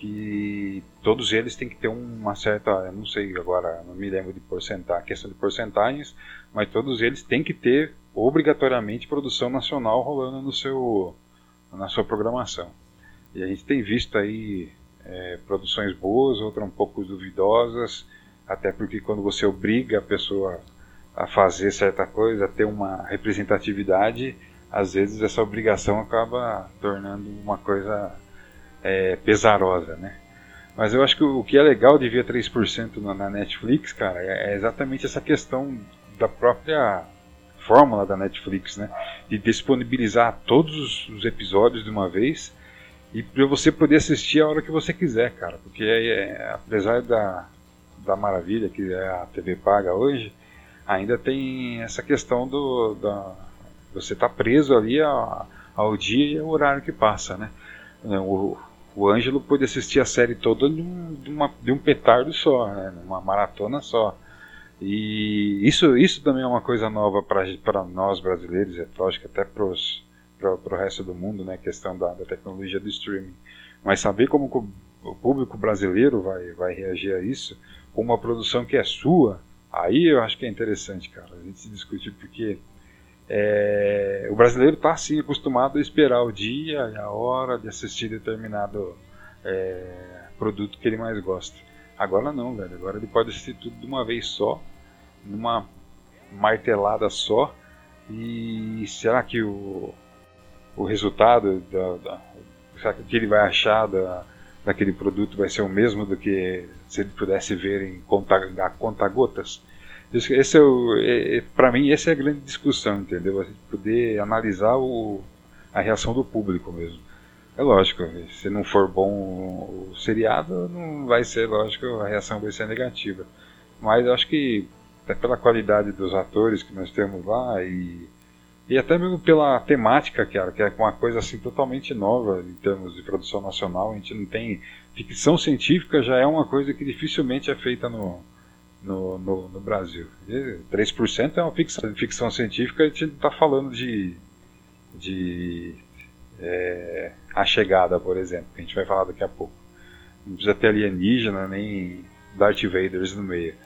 que todos eles têm que ter uma certa, eu não sei agora, não me lembro de porcentagem, questão de porcentagens, mas todos eles têm que ter obrigatoriamente produção nacional rolando no seu, na sua programação. E a gente tem visto aí é, produções boas, outras um pouco duvidosas, até porque quando você obriga a pessoa a fazer certa coisa, a ter uma representatividade, às vezes essa obrigação acaba tornando uma coisa é, pesarosa, né? Mas eu acho que o que é legal de ver três por cento na Netflix, cara, é exatamente essa questão da própria fórmula da Netflix, né? De disponibilizar todos os episódios de uma vez e para você poder assistir a hora que você quiser, cara. Porque é, apesar da, da maravilha que é a T V paga hoje, ainda tem essa questão do da, você tá preso ali ao, ao dia e ao horário que passa, né? O, o Ângelo pôde assistir a série toda de um, de uma, de um petardo só, né? Uma maratona só. E isso, isso também é uma coisa nova para nós brasileiros, é lógico até para o resto do mundo, né? A questão da, da tecnologia do streaming. Mas saber como o público brasileiro vai, vai reagir a isso, com uma produção que é sua, aí eu acho que é interessante, cara, a gente se discutir, porque é, o brasileiro está assim acostumado a esperar o dia e a hora de assistir determinado é, produto que ele mais gosta. Agora não, velho, agora ele pode assistir tudo de uma vez só, numa martelada só, e será que o, o resultado, da, da, será que o que ele vai achar da, daquele produto vai ser o mesmo do que se ele pudesse ver em conta, a conta-gotas? Esse é o, é, para mim, essa é a grande discussão, entendeu? A gente poder analisar o, a reação do público mesmo. É lógico, se não for bom o seriado, não vai ser, lógico, a reação vai ser negativa. Mas eu acho que até pela qualidade dos atores que nós temos lá e, e até mesmo pela temática, cara, que é uma coisa assim totalmente nova em termos de produção nacional, a gente não tem... Ficção científica já é uma coisa que dificilmente é feita no, no, no, no Brasil. E três por cento é uma ficção, ficção científica, a gente não está falando de... de É, A Chegada, por exemplo, que a gente vai falar daqui a pouco. Não precisa ter alienígena nem Darth Vader no meio,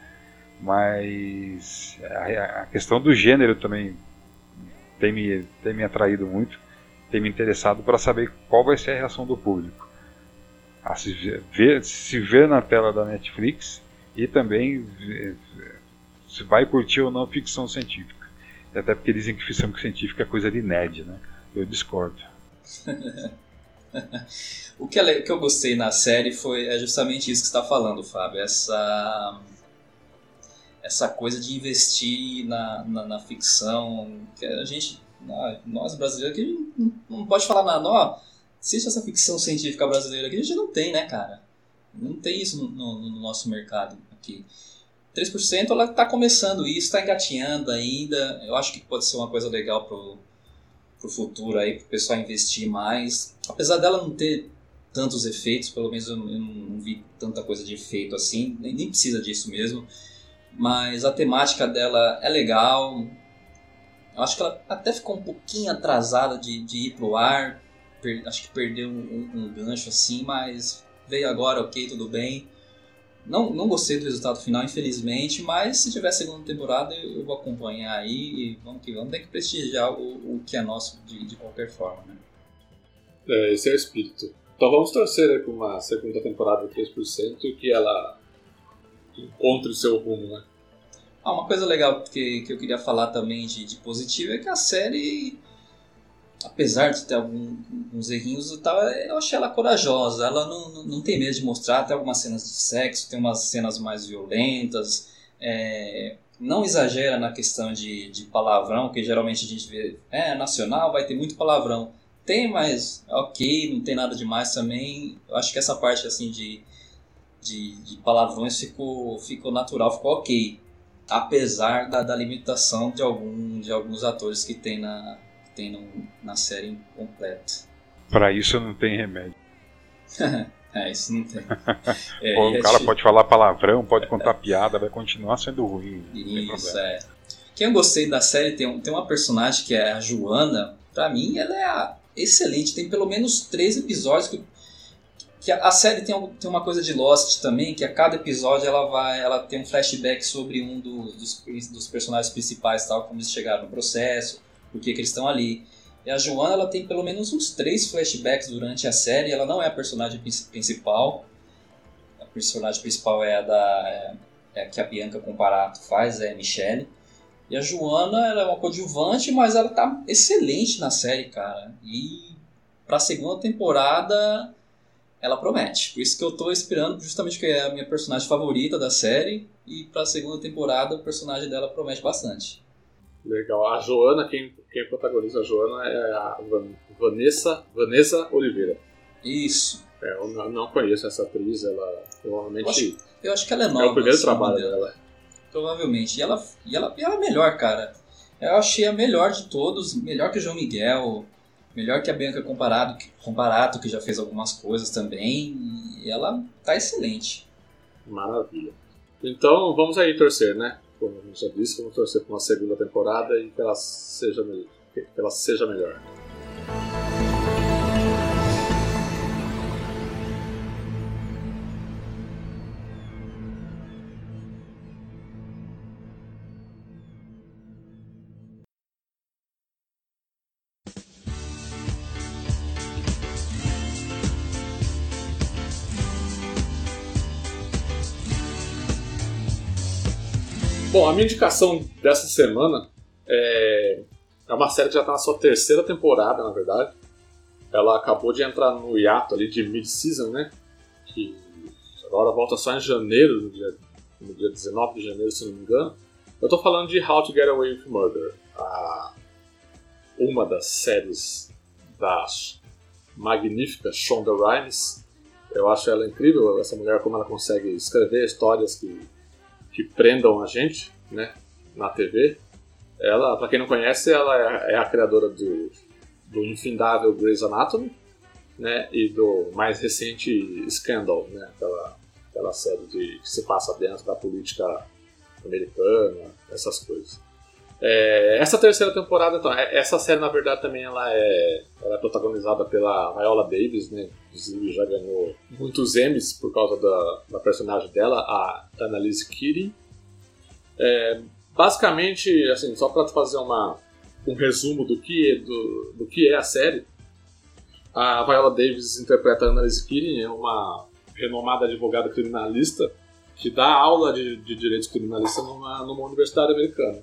mas a, a questão do gênero também tem me, tem me atraído muito, tem me interessado para saber qual vai ser a reação do público a se ver, se ver na tela da Netflix, e também ver, se vai curtir ou não ficção científica, até porque dizem que ficção científica é coisa de nerd, né? Eu discordo. O que, é, que eu gostei na série foi é justamente isso que você está falando, Fábio, essa, essa coisa de investir na, na, na ficção, que a gente, nós brasileiros, que a gente não, não pode falar nada, ó, assiste essa ficção científica brasileira que a gente não tem, né, cara? Não tem isso no, no, no nosso mercado aqui. três por cento ela está começando isso, está engatinhando ainda, eu acho que pode ser uma coisa legal pro pro futuro aí, pro pessoal investir mais. Apesar dela não ter tantos efeitos, pelo menos eu não, eu não vi tanta coisa de efeito assim, nem, nem precisa disso mesmo, mas a temática dela é legal. Eu acho que ela até ficou um pouquinho atrasada de, de ir pro ar, per, acho que perdeu um, um, um gancho assim, mas veio agora, ok, tudo bem. Não, não gostei do resultado final, infelizmente, mas se tiver segunda temporada eu vou acompanhar aí e vamos que vamos, tem que prestigiar o, o que é nosso de, de qualquer forma, né? É, esse é o espírito. Então vamos torcer, né, com uma segunda temporada de três por cento e que ela encontre o seu rumo, né? Ah, uma coisa legal que, que eu queria falar também de, de positivo é que a série, apesar de ter algum, alguns errinhos e tal, eu achei ela corajosa. Ela não, não, não tem medo de mostrar, tem algumas cenas de sexo, tem umas cenas mais violentas, é, não exagera na questão de, de palavrão, que geralmente a gente vê, é nacional, vai ter muito palavrão. Tem, mas ok, não tem nada demais também. Eu acho que essa parte assim de, de, de palavrões ficou, ficou natural, ficou ok. Apesar da, da limitação de, algum, de alguns atores que tem na... tem no, na série completa. Pra isso não tem remédio. É, isso não tem. É, Pô, o cara acho... pode falar palavrão, pode contar piada, vai continuar sendo ruim. Isso, é. Quem eu gostei da série, tem, tem uma personagem que é a Joana. Pra mim, ela é a excelente. Tem pelo menos três episódios que, que a, a série tem, um, tem uma coisa de Lost também, que a cada episódio ela vai, ela tem um flashback sobre um dos, dos, dos personagens principais, tal, como eles chegaram no processo, por que que eles estão ali. E a Joanna, ela tem pelo menos uns três flashbacks durante a série. Ela não é a personagem principal. A personagem principal é a da é, é a que a Bianca Comparato faz, é a Michelle. E a Joanna, ela é uma coadjuvante, mas ela tá excelente na série, cara. E pra segunda temporada, ela promete. Por isso que eu tô esperando, justamente que é a minha personagem favorita da série. E pra segunda temporada, o personagem dela promete bastante. Legal. A Joanna, quem, quem protagoniza a Joanna é a Vanessa, Vanessa Oliveira. Isso. É, eu não, não conheço essa atriz, ela provavelmente... Eu acho, eu acho que ela é nova. É o primeiro assim, trabalho dela. dela. Provavelmente. E ela, e, ela, e ela é melhor, cara. Eu achei a melhor de todos. Melhor que o João Miguel. Melhor que a Bianca Comparato, Comparato, que já fez algumas coisas também. E ela tá excelente. Maravilha. Então, vamos aí torcer, né? Como a gente já disse, vamos torcer para uma segunda temporada e que ela seja, que ela seja melhor. Bom, a minha indicação dessa semana é, é uma série que já está na sua terceira temporada, na verdade. Ela acabou de entrar no hiato ali de mid-season, né? Que agora volta só em janeiro, no dia, no dia dezenove de janeiro, se não me engano. Eu estou falando de How to Get Away with Murder, a, uma das séries da magnífica Shonda Rhimes. Eu acho ela incrível, essa mulher, como ela consegue escrever histórias que que prendam a gente, né, na T V. Ela, pra quem não conhece, ela é, é a criadora do, do infindável Grey's Anatomy, né, e do mais recente Scandal, né, aquela, aquela série de, que se passa dentro da política americana, essas coisas. É, essa terceira temporada, então, essa série, na verdade, também ela é, ela é protagonizada pela Viola Davis, né? Inclusive já ganhou muitos Emmys por causa da, da personagem dela, a Annalise Keating. É, basicamente, assim, só para fazer uma, um resumo do que, do, do que é a série, a Viola Davis interpreta a Annalise Keating, é uma renomada advogada criminalista que dá aula de, de direitos criminalistas numa, numa universidade americana.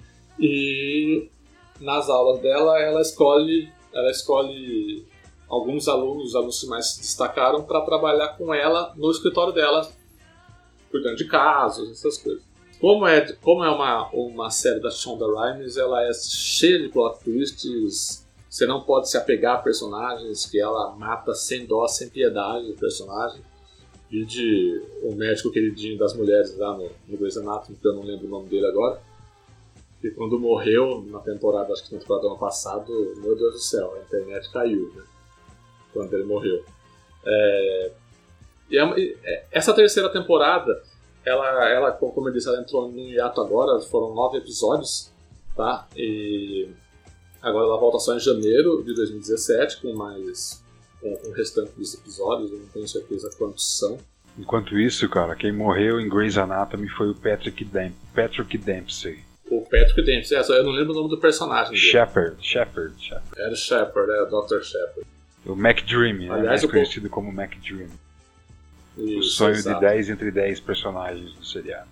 E nas aulas dela ela escolhe, ela escolhe alguns alunos, os alunos que mais se destacaram, para trabalhar com ela no escritório dela, cuidando de casos, essas coisas. Como é, como é uma, uma série da Shonda Rhimes, ela é cheia de plot twists, você não pode se apegar a personagens, que ela mata sem dó, sem piedade o personagem. E de o médico queridinho das mulheres lá no, no Grey's Anatomy, que eu não lembro o nome dele agora, que quando morreu na temporada, acho que na temporada do ano passado, meu Deus do céu, a internet caiu, né? Quando ele morreu. É, e é, essa terceira temporada, ela, ela, como eu disse, ela entrou no hiato agora, foram nove episódios, tá? E agora ela volta só em janeiro de dois mil e dezessete, com mais com, com o restante dos episódios, eu não tenho certeza quantos são. Enquanto isso, cara, quem morreu em Grey's Anatomy foi o Patrick, Dem- Patrick Dempsey. O Patrick Dempsey, é, eu não lembro o nome do personagem dele. Shepard, Shepard, Shepard. Era o Shepard, é o doutor Shepard. O McDreamy, né? Aliás, Mais o conhecido como McDreamy. Isso, o sonho exato. de dez entre dez personagens do seriado.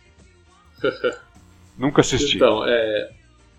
Nunca assisti. Então, é...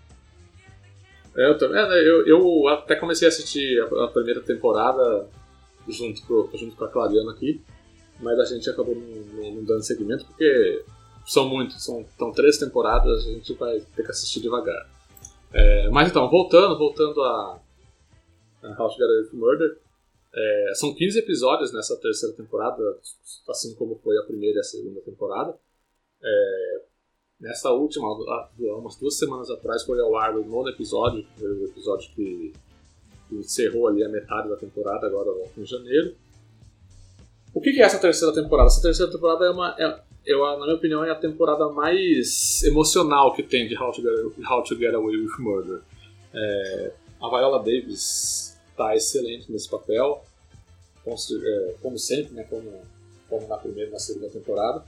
Eu, eu, eu até comecei a assistir a, a primeira temporada junto com, junto com a Clariana aqui, mas a gente acabou não, não, não dando seguimento porque são muitos, são, são três temporadas, a gente vai ter que assistir devagar. É, mas então, voltando, voltando a, a How to Get Away with Murder, é, são quinze episódios nessa terceira temporada, assim como foi a primeira e a segunda temporada. É, nessa última, há umas duas semanas atrás, foi ao ar o nono episódio, o episódio que, que encerrou ali a metade da temporada, agora volta em janeiro. O que é essa terceira temporada? Essa terceira temporada é uma... É, eu, na minha opinião, é a temporada mais emocional que tem de How to Get, How to Get Away with Murder. É, a Viola Davis está excelente nesse papel. como, é, como sempre, né, como, como na primeira e na segunda temporada.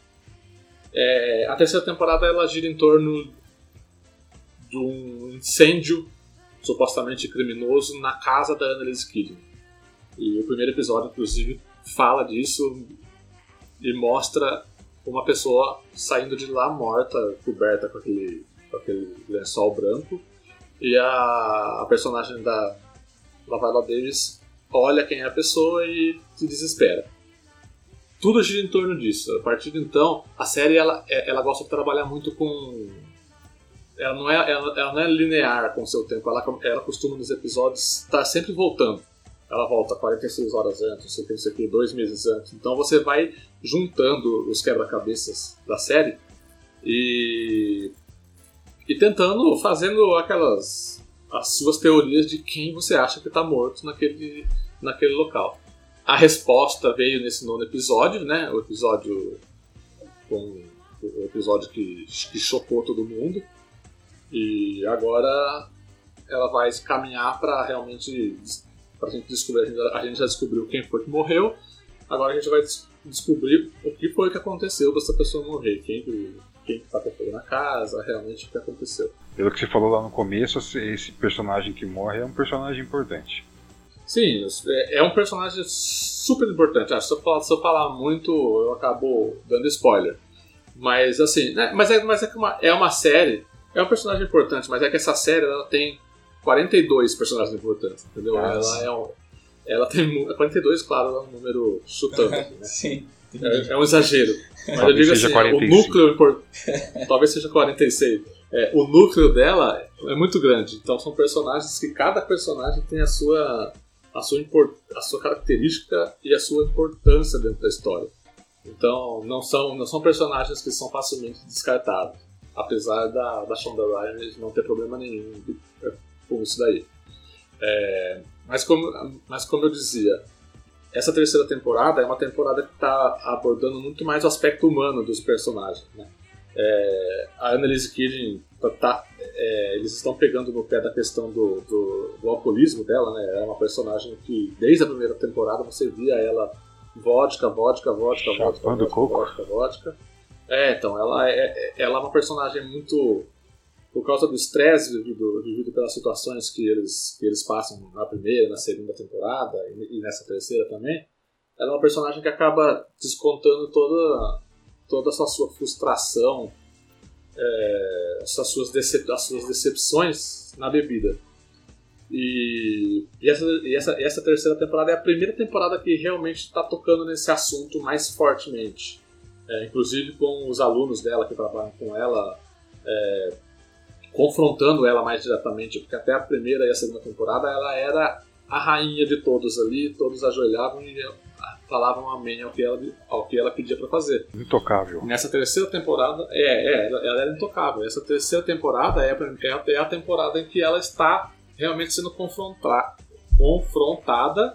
É, a terceira temporada ela gira em torno de um incêndio supostamente criminoso na casa da Annalise Keating. E o primeiro episódio, inclusive, fala disso e mostra uma pessoa saindo de lá morta, coberta com aquele, com aquele lençol branco, e a, a personagem da, da Viola Davis olha quem é a pessoa e se desespera. Tudo gira em torno disso. A partir de então, a série ela, ela gosta de trabalhar muito com... Ela não é, ela, ela não é linear com o seu tempo, ela, ela costuma nos episódios estar sempre voltando. Ela volta quarenta e seis horas antes, não sei o que, não sei o que, dois meses antes. Então você vai juntando os quebra-cabeças da série e, e tentando, fazendo aquelas as suas teorias de quem você acha que está morto naquele, naquele local. A resposta veio nesse nono episódio, né? O episódio, com, o episódio que, que chocou todo mundo. E agora ela vai caminhar para realmente... Pra gente descobrir, a gente, a gente já descobriu quem foi que morreu, agora a gente vai des- descobrir o que foi que aconteceu pra essa pessoa morrer, quem que, quem que tá com fogo na casa, realmente o que aconteceu. Pelo que você falou lá no começo, esse personagem que morre é um personagem importante. Sim, é, é um personagem super importante. Ah, se, eu falar, se eu falar muito, eu acabo dando spoiler. Mas assim, né, mas, é, mas é, que uma, é uma série, é um personagem importante, mas é que essa série ela tem quarenta e dois personagens importantes, entendeu? Ah, ela, é um, ela tem quarenta e dois, claro, é um número chutando aqui, né? Sim. É, é um exagero. Mas Talvez eu digo seja assim, quarenta e o cinco. núcleo impor... talvez seja quarenta e seis. É, o núcleo dela é muito grande. Então são personagens que cada personagem tem a sua, a sua, import... a sua característica e a sua importância dentro da história. Então não são, não são personagens que são facilmente descartados. Apesar da, da Shonda Rhimes não ter problema nenhum com isso daí. É, mas, como, mas como eu dizia, essa terceira temporada é uma temporada que está abordando muito mais o aspecto humano dos personagens, né? É, a Annalise Keating tá, tá, é, eles estão pegando no pé da questão do, do, do alcoolismo dela, né? É uma personagem que desde a primeira temporada você via ela vodka, vodka, vodka, vodka, Chapando vodka, coco. vodka, vodka. É, então ela é, ela é uma personagem muito... Por causa do estresse vivido, vivido pelas situações que eles, que eles passam na primeira, na segunda temporada e, e nessa terceira também, ela é uma personagem que acaba descontando toda, toda essa sua frustração, é, essas, suas decep- as suas decepções na bebida. E, e, essa, e, essa, e essa terceira temporada é a primeira temporada que realmente está tocando nesse assunto mais fortemente. É, inclusive com os alunos dela que trabalham com ela, é, confrontando ela mais diretamente, porque até a primeira e a segunda temporada ela era a rainha de todos ali, todos ajoelhavam e falavam amém ao que ela, ao que ela pedia para fazer. Intocável. Nessa terceira temporada, é, é, ela era intocável. Essa terceira temporada é a, é a temporada em que ela está realmente sendo confrontada, confrontada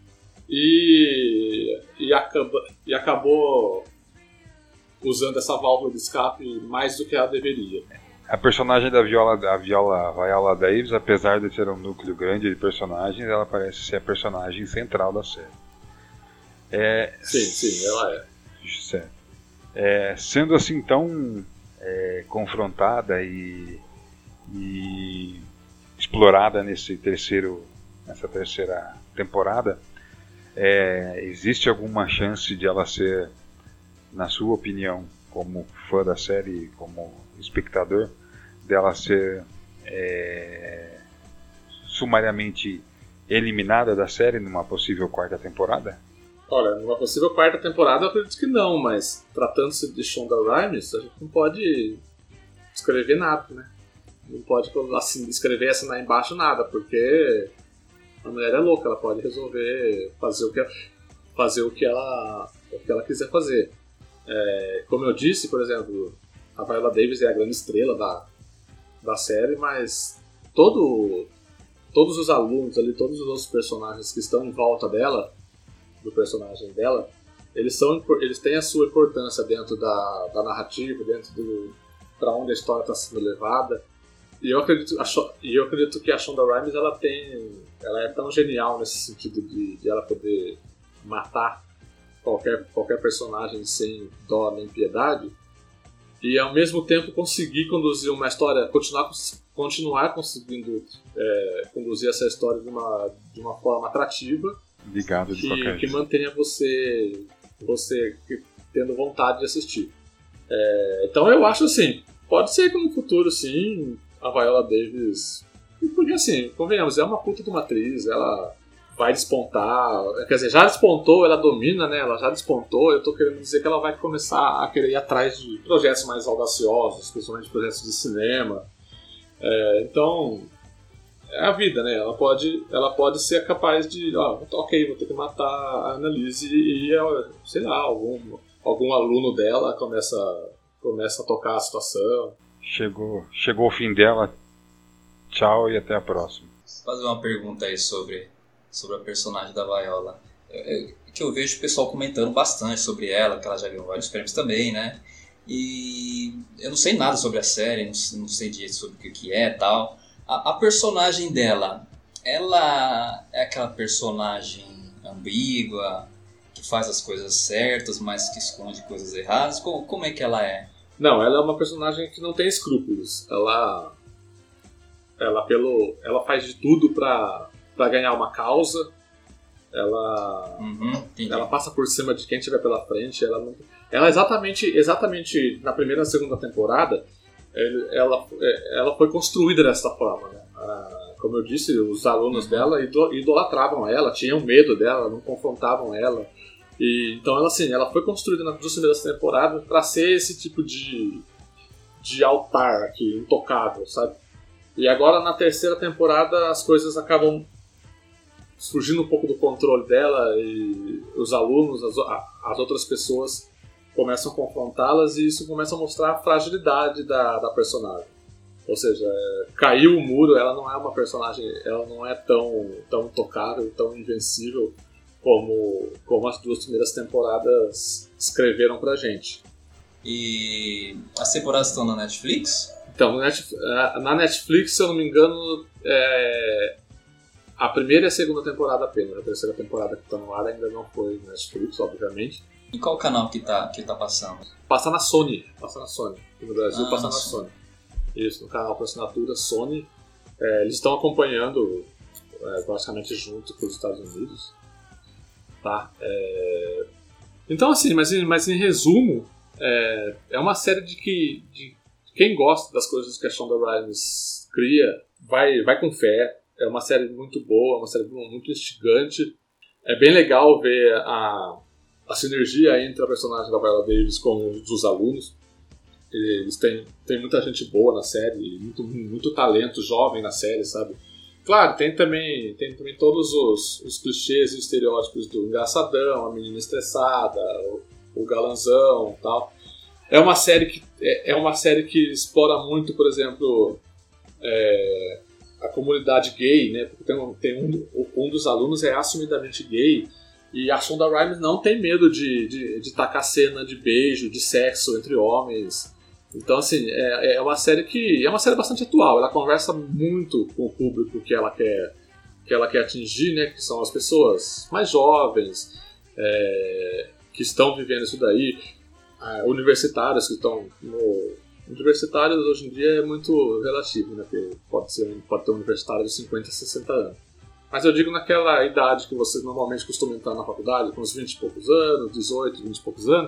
e, e, acaba, e acabou usando essa válvula de escape mais do que ela deveria. A personagem da Viola, a Viola, Viola Davis, apesar de ter um núcleo grande de personagens, ela parece ser a personagem central da série. É, Sim, sim, ela é. Certo. É, sendo assim tão é, confrontada e, e explorada nesse terceiro, nessa terceira temporada, é, existe alguma chance de ela ser, na sua opinião, como fã da série, como espectador, dela ser é, sumariamente eliminada da série numa possível quarta temporada? Olha, numa possível quarta temporada eu acredito que não, mas tratando-se de Shonda Rhimes, a gente não pode escrever nada, né? Não pode assim, escrever assinar embaixo nada, porque a mulher é louca, ela pode resolver fazer o que, fazer o que, ela, o que ela quiser fazer. É, como eu disse, por exemplo, a Viola Davis é a grande estrela da, da série, mas todo, todos os alunos ali, todos os outros personagens que estão em volta dela, do personagem dela, eles, são, eles têm a sua importância dentro da, da narrativa, dentro do para onde a história está sendo levada. E eu acredito, e eu acredito que a Shonda Rhimes ela tem, ela é tão genial nesse sentido de, de ela poder matar qualquer, qualquer personagem sem dó nem piedade, e ao mesmo tempo conseguir conduzir uma história, continuar, continuar conseguindo é, conduzir essa história de uma, de uma forma atrativa, ligado de que, qualquer que jeito. mantenha você, você tendo vontade de assistir. É, então eu acho assim, pode ser que no futuro sim a Viola Davis, porque assim, convenhamos, é uma puta de uma atriz, ela vai despontar, quer dizer, já despontou, ela domina, né? Ela já despontou, eu tô querendo dizer que ela vai começar a querer ir atrás de projetos mais audaciosos, principalmente projetos de cinema. É, então, é a vida, né? Ela pode, ela pode ser capaz de, ó, ok, vou ter que matar a Annalise e, sei lá, algum, algum aluno dela começa, começa a tocar a situação. Chegou, chegou o fim dela, tchau e até a próxima. Vou fazer uma pergunta aí sobre... sobre a personagem da Viola, é, que eu vejo o pessoal comentando bastante sobre ela, que ela já ganhou vários prêmios também, né? E eu não sei nada sobre a série, não, não sei direito sobre o que, que é e tal. A, a personagem dela, ela é aquela personagem ambígua, que faz as coisas certas, mas que esconde coisas erradas? Como, como é que ela é? Não, ela é uma personagem que não tem escrúpulos. Ela, ela, pelo, ela faz de tudo pra... para ganhar uma causa, ela, uhum, ela passa por cima de quem estiver pela frente. Ela, não, ela exatamente, exatamente na primeira e segunda temporada, ela, ela foi construída dessa forma. Né? Como eu disse, os alunos uhum. dela idolatravam ela, tinham medo dela, não confrontavam ela. E, então ela, assim, ela foi construída nas duas primeiras temporadas para ser esse tipo de, de altar aqui, intocável, sabe? E agora na terceira temporada as coisas acabam fugindo um pouco do controle dela e os alunos, as, as outras pessoas começam a confrontá-las e isso começa a mostrar a fragilidade da, da personagem. Ou seja, é, caiu o muro, ela não é uma personagem, ela não é tão, tão intocável, tão invencível como, como as duas primeiras temporadas escreveram pra gente. E as temporadas estão na Netflix? Então, na Netflix, se eu não me engano, é a primeira e a segunda temporada apenas. A terceira temporada que está no ar ainda não foi na Netflix, obviamente. E qual canal que tá, que tá passando? Passa na Sony. Passa na Sony. Aqui no Brasil, ah, passa na Sony. Isso, no canal por assinatura Sony. É, eles estão acompanhando é, praticamente junto com os Estados Unidos. Tá? É... Então, assim, mas, mas em resumo, é, é uma série de que... De, quem gosta das coisas que a Shonda Rhimes cria, vai, vai com fé. É uma série muito boa, uma série muito instigante. É bem legal ver a, a sinergia entre a personagem da Viola Davis com os dos alunos. Eles têm, têm muita gente boa na série, muito, muito talento jovem na série, sabe? Claro, tem também, tem também todos os, os clichês e estereótipos do engraçadão, a menina estressada, o, o galanzão e tal. É uma série que, é, é uma série que explora muito, por exemplo, é, a comunidade gay, né? Porque tem, um, tem um, um dos alunos é assumidamente gay e a Shonda Rhimes não tem medo de, de, de tacar cena de beijo, de sexo entre homens. Então, assim, é, é uma série que é uma série bastante atual. Ela conversa muito com o público que ela quer, que ela quer atingir, né? Que são as pessoas mais jovens, é, que estão vivendo isso daí. Universitários que estão no... Universitários hoje em dia é muito relativo, né? Porque pode, ser, pode ter um universitário de cinquenta, sessenta anos. Mas eu digo naquela idade que você normalmente costuma entrar na faculdade, com uns vinte e poucos anos, dezoito, vinte e poucos anos,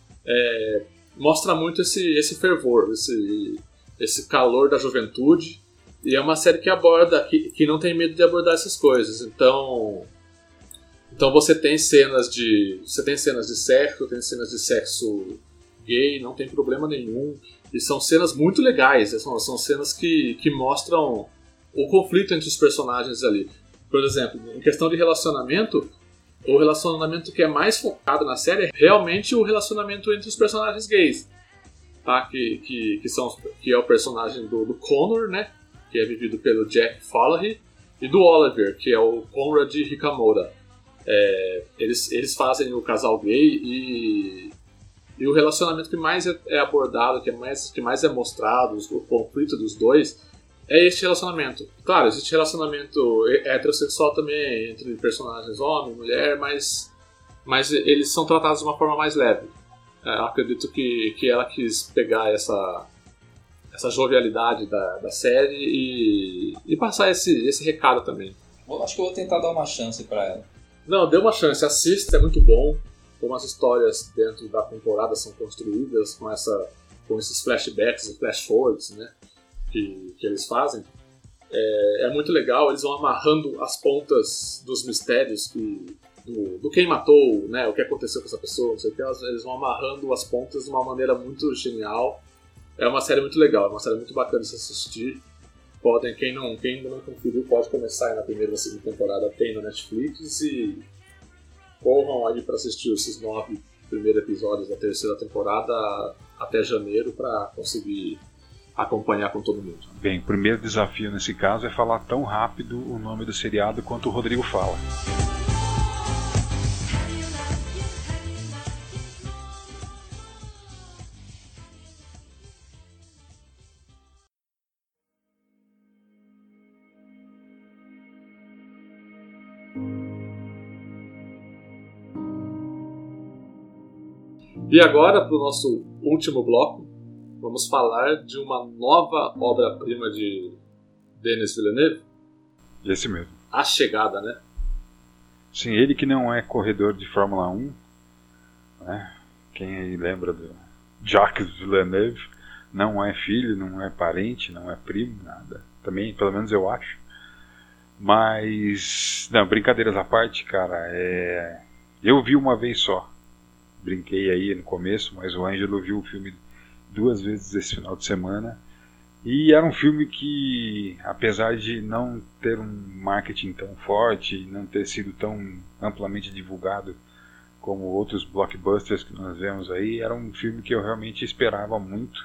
é, mostra muito esse, esse fervor, esse, esse calor da juventude. E é uma série que aborda, que, que não tem medo de abordar essas coisas. Então... Então você tem cenas de você tem cenas de sexo, tem cenas de sexo gay, não tem problema nenhum. E são cenas muito legais, são, são cenas que, que mostram o conflito entre os personagens ali. Por exemplo, em questão de relacionamento, o relacionamento que é mais focado na série é realmente o relacionamento entre os personagens gays. Tá? Que, que, que, são, que é o personagem do, do Connor, né? Que é vivido pelo Jack Falahy, e do Oliver, que é o Conrad Hikamura. É, eles, eles fazem o casal gay e, e o relacionamento que mais é, é abordado, que, é mais, que mais é mostrado, o conflito dos dois, é este relacionamento. Claro, existe relacionamento heterossexual também, entre personagens homem e mulher, mas mas eles são tratados de uma forma mais leve. É, eu acredito que, que ela quis pegar essa, essa jovialidade da, da série e, e passar esse, esse recado também. Eu acho que eu vou tentar dar uma chance pra ela. Não, dê uma chance, assista, é muito bom. Como as histórias dentro da temporada são construídas com, essa, com esses flashbacks e flash forwards, né, que, que eles fazem. É, é muito legal, eles vão amarrando as pontas dos mistérios que, do, do quem matou, né, o que aconteceu com essa pessoa, não sei o que, eles vão amarrando as pontas de uma maneira muito genial. É uma série muito legal, é uma série muito bacana de se assistir. Podem, quem, não, quem ainda não conferiu pode começar aí na primeira e na segunda temporada, tem no Netflix, e corram aí para assistir esses nove primeiros episódios da terceira temporada até janeiro para conseguir acompanhar com todo mundo. Bem, o primeiro desafio nesse caso é falar tão rápido o nome do seriado quanto o Rodrigo fala. E agora, para o nosso último bloco, vamos falar de uma nova obra-prima de Denis Villeneuve. Esse mesmo. A Chegada, né? Sim, ele que não é corredor de Fórmula um, né? Quem aí lembra do Jacques Villeneuve, não é filho, não é parente, não é primo, nada. Também, pelo menos eu acho. Mas, não, brincadeiras à parte, cara, é... eu vi uma vez só. Brinquei aí no começo, mas o Ângelo viu o filme duas vezes esse final de semana. E era um filme que, apesar de não ter um marketing tão forte, não ter sido tão amplamente divulgado como outros blockbusters que nós vemos aí, era um filme que eu realmente esperava muito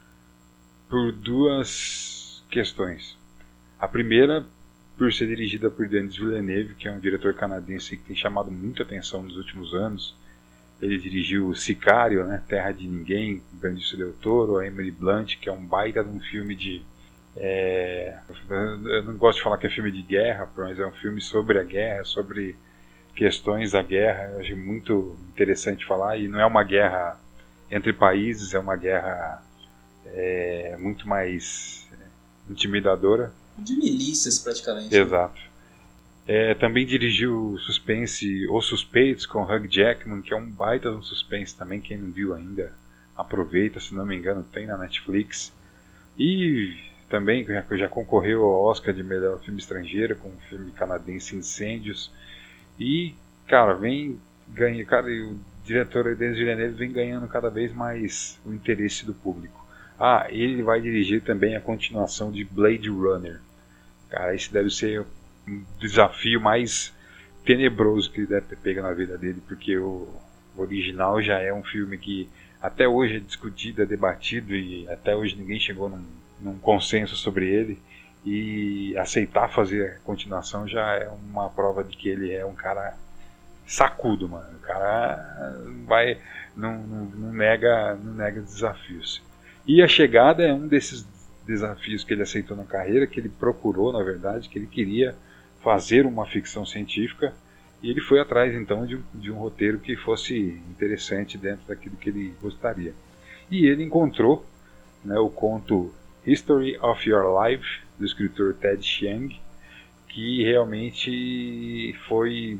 por duas questões. A primeira, por ser dirigida por Denis Villeneuve, que é um diretor canadense que tem chamado muita atenção nos últimos anos. Ele dirigiu Sicário, né, Terra de Ninguém, Benicio del Toro, a Emily Blunt, que é um baita de um filme de... É, eu não gosto de falar que é filme de guerra, mas é um filme sobre a guerra, sobre questões da guerra. Eu acho muito interessante falar, e não é uma guerra entre países, é uma guerra é, muito mais intimidadora. De milícias, praticamente. Exato. É, também dirigiu o suspense Os Suspeitos com Hugh Jackman, que é um baita de um suspense também. Quem não viu ainda, aproveita, se não me engano tem na Netflix. E também já, já concorreu ao Oscar de melhor filme estrangeiro com o filme canadense Incêndios. E, cara, vem ganha, cara, o diretor Denis Villeneuve vem ganhando cada vez mais o interesse do público. Ah, ele vai dirigir também a continuação de Blade Runner. Cara, esse deve ser um desafio mais tenebroso que ele deve ter pego na vida dele, porque o original já é um filme que até hoje é discutido, é debatido, e até hoje ninguém chegou num, num consenso sobre ele, e aceitar fazer a continuação já é uma prova de que ele é um cara sacudo, mano. O cara vai, não, não, não nega, não nega desafios. E A Chegada é um desses desafios que ele aceitou na carreira, que ele procurou, na verdade, que ele queria fazer uma ficção científica, e ele foi atrás então de um, de um roteiro que fosse interessante dentro daquilo que ele gostaria. E ele encontrou, né, o conto History of Your Life, do escritor Ted Chiang, que realmente foi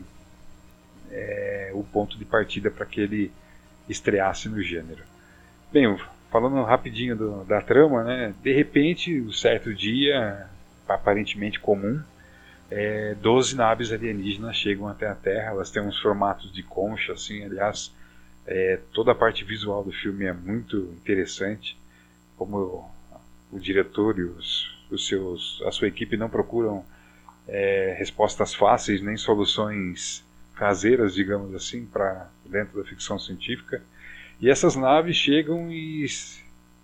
é, o ponto de partida para que ele estreasse no gênero. Bem, falando rapidinho do, da trama, né, de repente, um certo dia, aparentemente comum, É, doze naves alienígenas chegam até a Terra. Elas têm uns formatos de concha, assim. Aliás, é, toda a parte visual do filme é muito interessante. Como o, o diretor e os, os seus, a sua equipe não procuram é, respostas fáceis, nem soluções caseiras, digamos assim, para dentro da ficção científica. E essas naves chegam e se,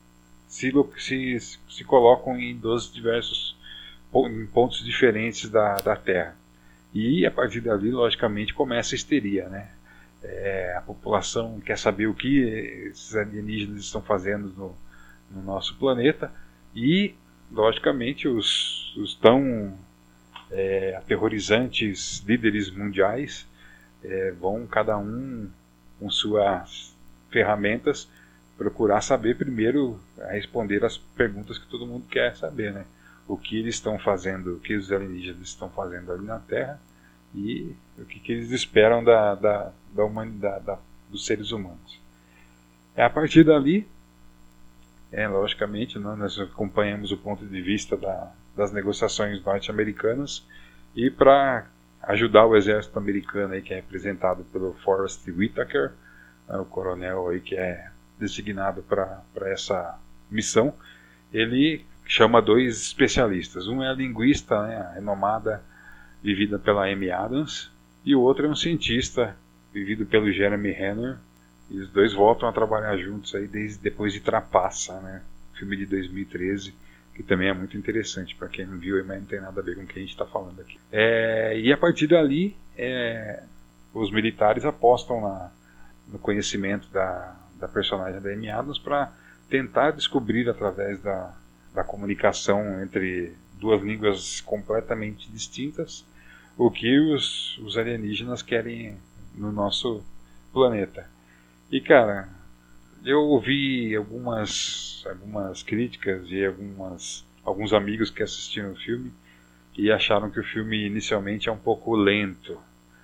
se, se colocam em doze diversos em pontos diferentes da, da Terra. E a partir dali, logicamente, começa a histeria, né? É, a população quer saber o que esses alienígenas estão fazendo no, no nosso planeta, e, logicamente, os, os tão é, aterrorizantes líderes mundiais é, vão cada um com suas ferramentas procurar saber primeiro, responder as perguntas que todo mundo quer saber, né? O que eles estão fazendo, o que os alienígenas estão fazendo ali na Terra e o que, que eles esperam da, da, da humanidade, da, dos seres humanos. É a partir dali, é, logicamente, né, nós acompanhamos o ponto de vista da, das negociações norte-americanas e para ajudar o exército americano, aí, que é representado pelo Forrest Whitaker, né, o coronel aí que é designado para essa missão, ele chama dois especialistas. Um é a linguista, né, a renomada, vivida pela Amy Adams, e o outro é um cientista, vivido pelo Jeremy Renner, e os dois voltam a trabalhar juntos aí desde depois de Trapaça, né, filme de dois mil e treze, que também é muito interessante para quem não viu, mas não tem nada a ver com o que a gente está falando aqui. É, e a partir dali, é, os militares apostam na, no conhecimento da, da personagem da Amy Adams para tentar descobrir através da, da comunicação entre duas línguas completamente distintas o que os, os alienígenas querem no nosso planeta. E cara, eu ouvi algumas, algumas críticas e algumas, alguns amigos que assistiram o filme e acharam que o filme inicialmente é um pouco lento.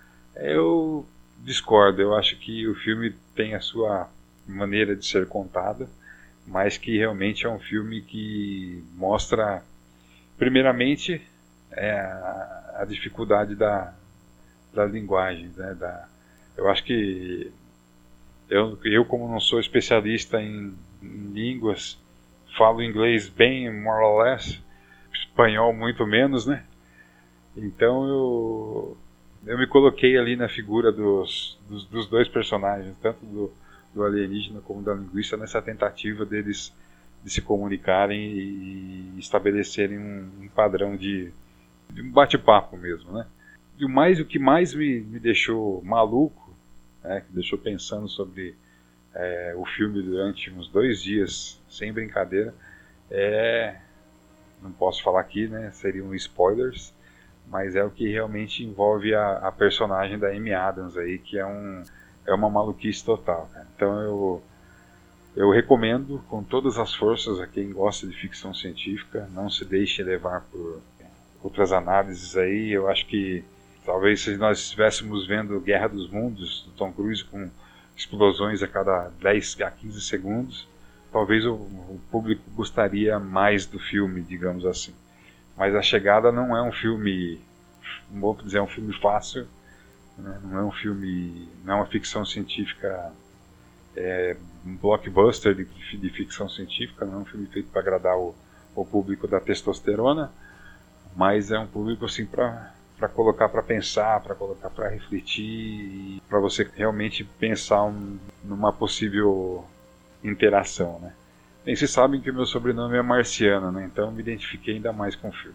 Eu discordo, eu acho que o filme tem a sua maneira de ser contada, mas que realmente é um filme que mostra, primeiramente, é, a, a dificuldade da, da linguagem, né? Da, eu acho que eu, eu, como não sou especialista em, em línguas, falo inglês bem, more or less, espanhol muito menos, né? Então eu, eu me coloquei ali na figura dos, dos, dos dois personagens, tanto do, do alienígena como da linguista, nessa tentativa deles de se comunicarem e estabelecerem um, um padrão de, de um bate-papo mesmo, né? E o, mais, o que mais me, me deixou maluco, né, que deixou pensando sobre é, o filme durante uns dois dias, sem brincadeira, é, não posso falar aqui, né, seriam spoilers, mas é o que realmente envolve a, a personagem da Amy Adams aí, que é, um, é uma maluquice total, cara. Então eu, eu recomendo com todas as forças a quem gosta de ficção científica, não se deixe levar por outras análises aí. Eu acho que talvez se nós estivéssemos vendo Guerra dos Mundos, do Tom Cruise, com explosões a cada dez a quinze segundos, talvez o, o público gostaria mais do filme, digamos assim. Mas A Chegada não é um filme, não vou dizer, é um filme fácil, né? Não é um filme, não é uma ficção científica, é um blockbuster de, de ficção científica, não é um filme feito para agradar o, o público da testosterona, mas é um público assim para para colocar para pensar, para colocar para refletir, para você realmente pensar um, numa possível interação, né? Bem, vocês sabem que o meu sobrenome é Marciano, né? Então eu me identifiquei ainda mais com o filme.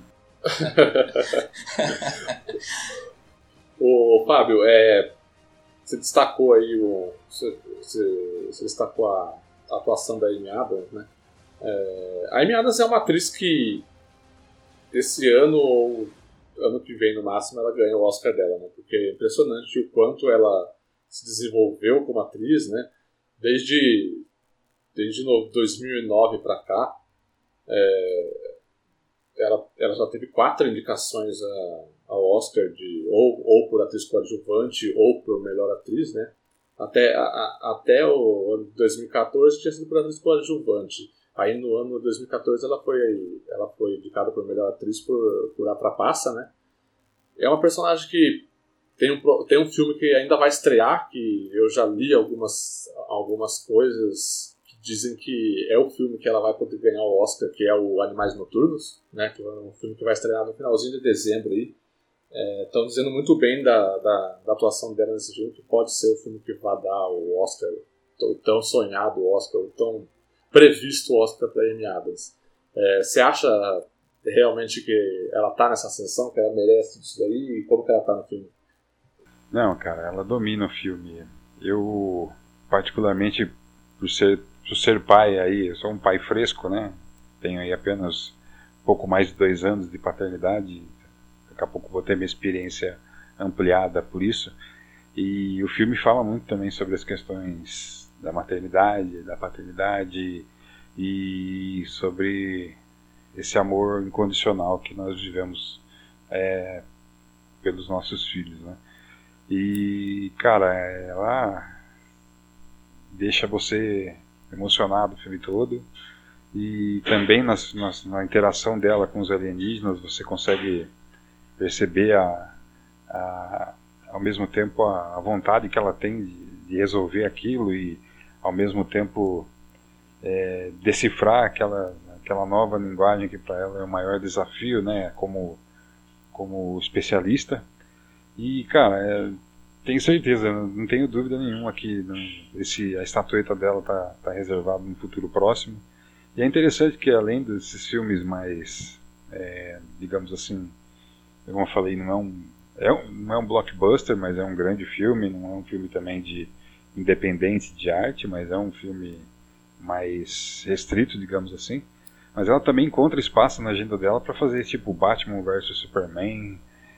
Ô, Fábio, é, você destacou aí o, você, você, você destacou a, a atuação da Amy Adams, né? É, a Amy Adams é uma atriz que esse ano ou ano que vem no máximo ela ganha o Oscar dela, né? Porque é impressionante o quanto ela se desenvolveu como atriz, né? Desde desde dois mil e nove para cá, é, ela, ela já teve quatro indicações a, ao Oscar de, ou, ou por atriz coadjuvante ou por melhor atriz, né? Até, a, a, até o ano de dois mil e catorze tinha sido por atriz coadjuvante. Aí no ano de dois mil e catorze ela foi, ela foi indicada por melhor atriz por, por A Trapaça, né? É uma personagem que tem um, tem um filme que ainda vai estrear, que eu já li algumas, algumas coisas que dizem que é o filme que ela vai poder ganhar o Oscar, que é o Animais Noturnos, né? Que é um filme que vai estrear no finalzinho de dezembro aí. Estão é, dizendo muito bem da, da, da atuação dela nesse filme, que pode ser o filme que vai dar o Oscar, o tão sonhado Oscar, o tão previsto Oscar para Amy Adams. É, você acha realmente que ela tá nessa ascensão, que ela merece isso daí, e como que ela tá no filme? Não, cara, ela domina o filme. Eu, particularmente, por ser, por ser pai aí, eu sou um pai fresco, né? Tenho aí apenas pouco mais de dois anos de paternidade. Daqui a pouco vou ter minha experiência ampliada por isso. E o filme fala muito também sobre as questões da maternidade, da paternidade e sobre esse amor incondicional que nós vivemos é, pelos nossos filhos, né? E, cara, ela deixa você emocionado o filme todo, e também nas, nas, na interação dela com os alienígenas você consegue perceber a, a, ao mesmo tempo a, a vontade que ela tem de, de resolver aquilo e ao mesmo tempo é, decifrar aquela, aquela nova linguagem que para ela é o maior desafio, né, como, como especialista. E, cara, é, tenho certeza, não tenho dúvida nenhuma que não, esse, a estatueta dela está tá reservada no futuro próximo. E é interessante que, além desses filmes mais, é, digamos assim, como eu falei, não é, um, é um, não é um blockbuster, mas é um grande filme, não é um filme também de independente de arte, mas é um filme mais restrito, digamos assim. Mas ela também encontra espaço na agenda dela para fazer tipo Batman versus Superman,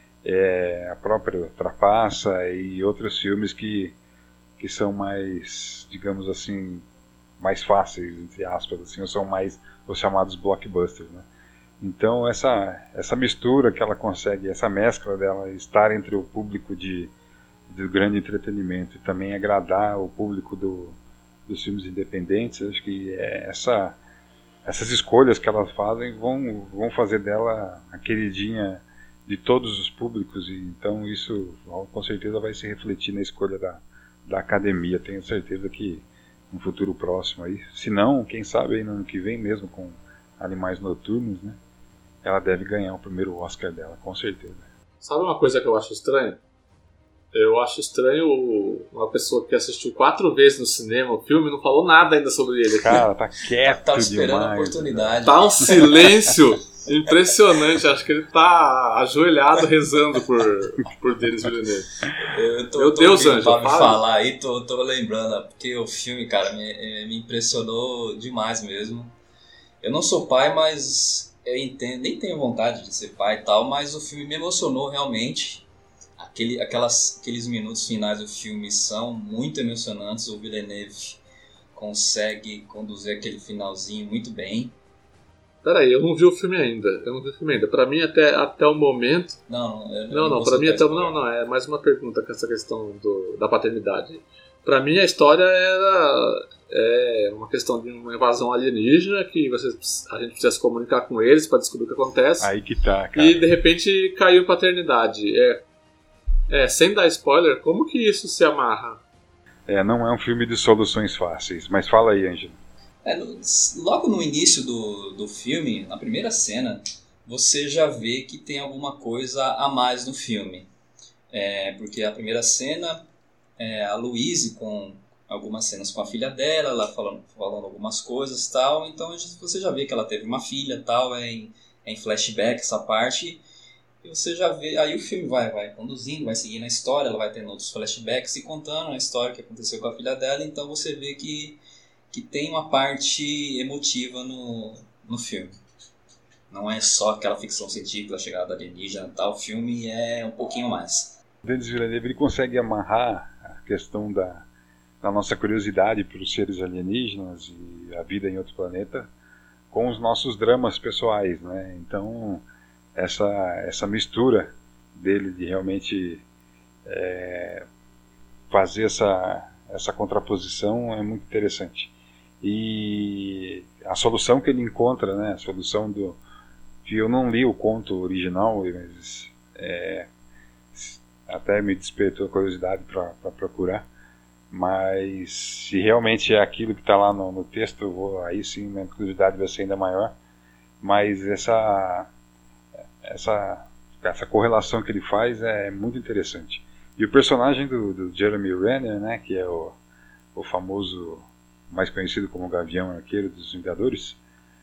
é, a própria Trapaça e outros filmes que, que são mais, digamos assim, mais fáceis, entre aspas, assim, ou são mais os chamados blockbusters, né? Então essa, essa mistura que ela consegue, essa mescla dela estar entre o público de, do grande entretenimento e também agradar o público do, dos filmes independentes, acho que é essa, essas escolhas que elas fazem vão, vão fazer dela a queridinha de todos os públicos, e então isso com certeza vai se refletir na escolha da, da academia. Tenho certeza que no futuro próximo aí, se não, quem sabe aí no ano que vem mesmo com Animais Noturnos, né, ela deve ganhar o primeiro Oscar dela, com certeza. Sabe uma coisa que eu acho estranho? Eu acho estranho uma pessoa que assistiu quatro vezes no cinema o filme e não falou nada ainda sobre ele. Cara, tá quieto tá esperando demais, a oportunidade. Tá um silêncio impressionante. Acho que ele tá ajoelhado rezando por, por Denis Villeneuve. Eu tô, Meu tô Deus, ouvindo Ângelo, o Fábio fala. falar aí, tô, tô lembrando, porque o filme, cara, me, me impressionou demais mesmo. Eu não sou pai, mas eu entendo, nem tenho vontade de ser pai e tal, mas o filme me emocionou realmente. Aquele, aquelas, aqueles minutos finais do filme são muito emocionantes. O Villeneuve consegue conduzir aquele finalzinho muito bem. Peraí, eu não vi o filme ainda. Eu não vi o filme ainda. Pra mim, até, até o momento. Não, eu, Não, eu não, vou pra mim soltar até. spoiler. Não, não, é mais uma pergunta com essa questão do, da paternidade. Pra mim, a história era. É uma questão de uma invasão alienígena que você, a gente precisa se comunicar com eles pra descobrir o que acontece. Aí que tá, cara. E de repente caiu em paternidade. É, é, sem dar spoiler, como que isso se amarra? É, não é um filme de soluções fáceis, mas fala aí, Ângelo. É, no- logo no início do, do filme, na primeira cena, você já vê que tem alguma coisa a mais no filme. É, porque a primeira cena é a Louise com algumas cenas com a filha dela, ela falando, falando algumas coisas e tal, então você já vê que ela teve uma filha tal, é em, é em flashback essa parte, e você já vê, aí o filme vai, vai conduzindo, vai seguindo a história, ela vai tendo outros flashbacks e contando a história que aconteceu com a filha dela, então você vê que que tem uma parte emotiva no, no filme. Não é só aquela ficção científica, a chegada alienígena e tal, o filme é um pouquinho mais. O Denis Villeneuve ele consegue amarrar a questão da, da nossa curiosidade pelos seres alienígenas e a vida em outro planeta com os nossos dramas pessoais, né? Então essa, essa mistura dele de realmente é, fazer essa, essa contraposição é muito interessante. E a solução que ele encontra, né, a solução do que eu não li o conto original, mas é, até me despertou a curiosidade para procurar, mas se realmente é aquilo que está lá no, no texto, eu vou, aí sim minha curiosidade vai ser ainda maior. Mas essa essa essa correlação que ele faz é muito interessante. E o personagem do, do Jeremy Renner, né, que é o, o famoso, mais conhecido como Gavião Arqueiro dos Vingadores,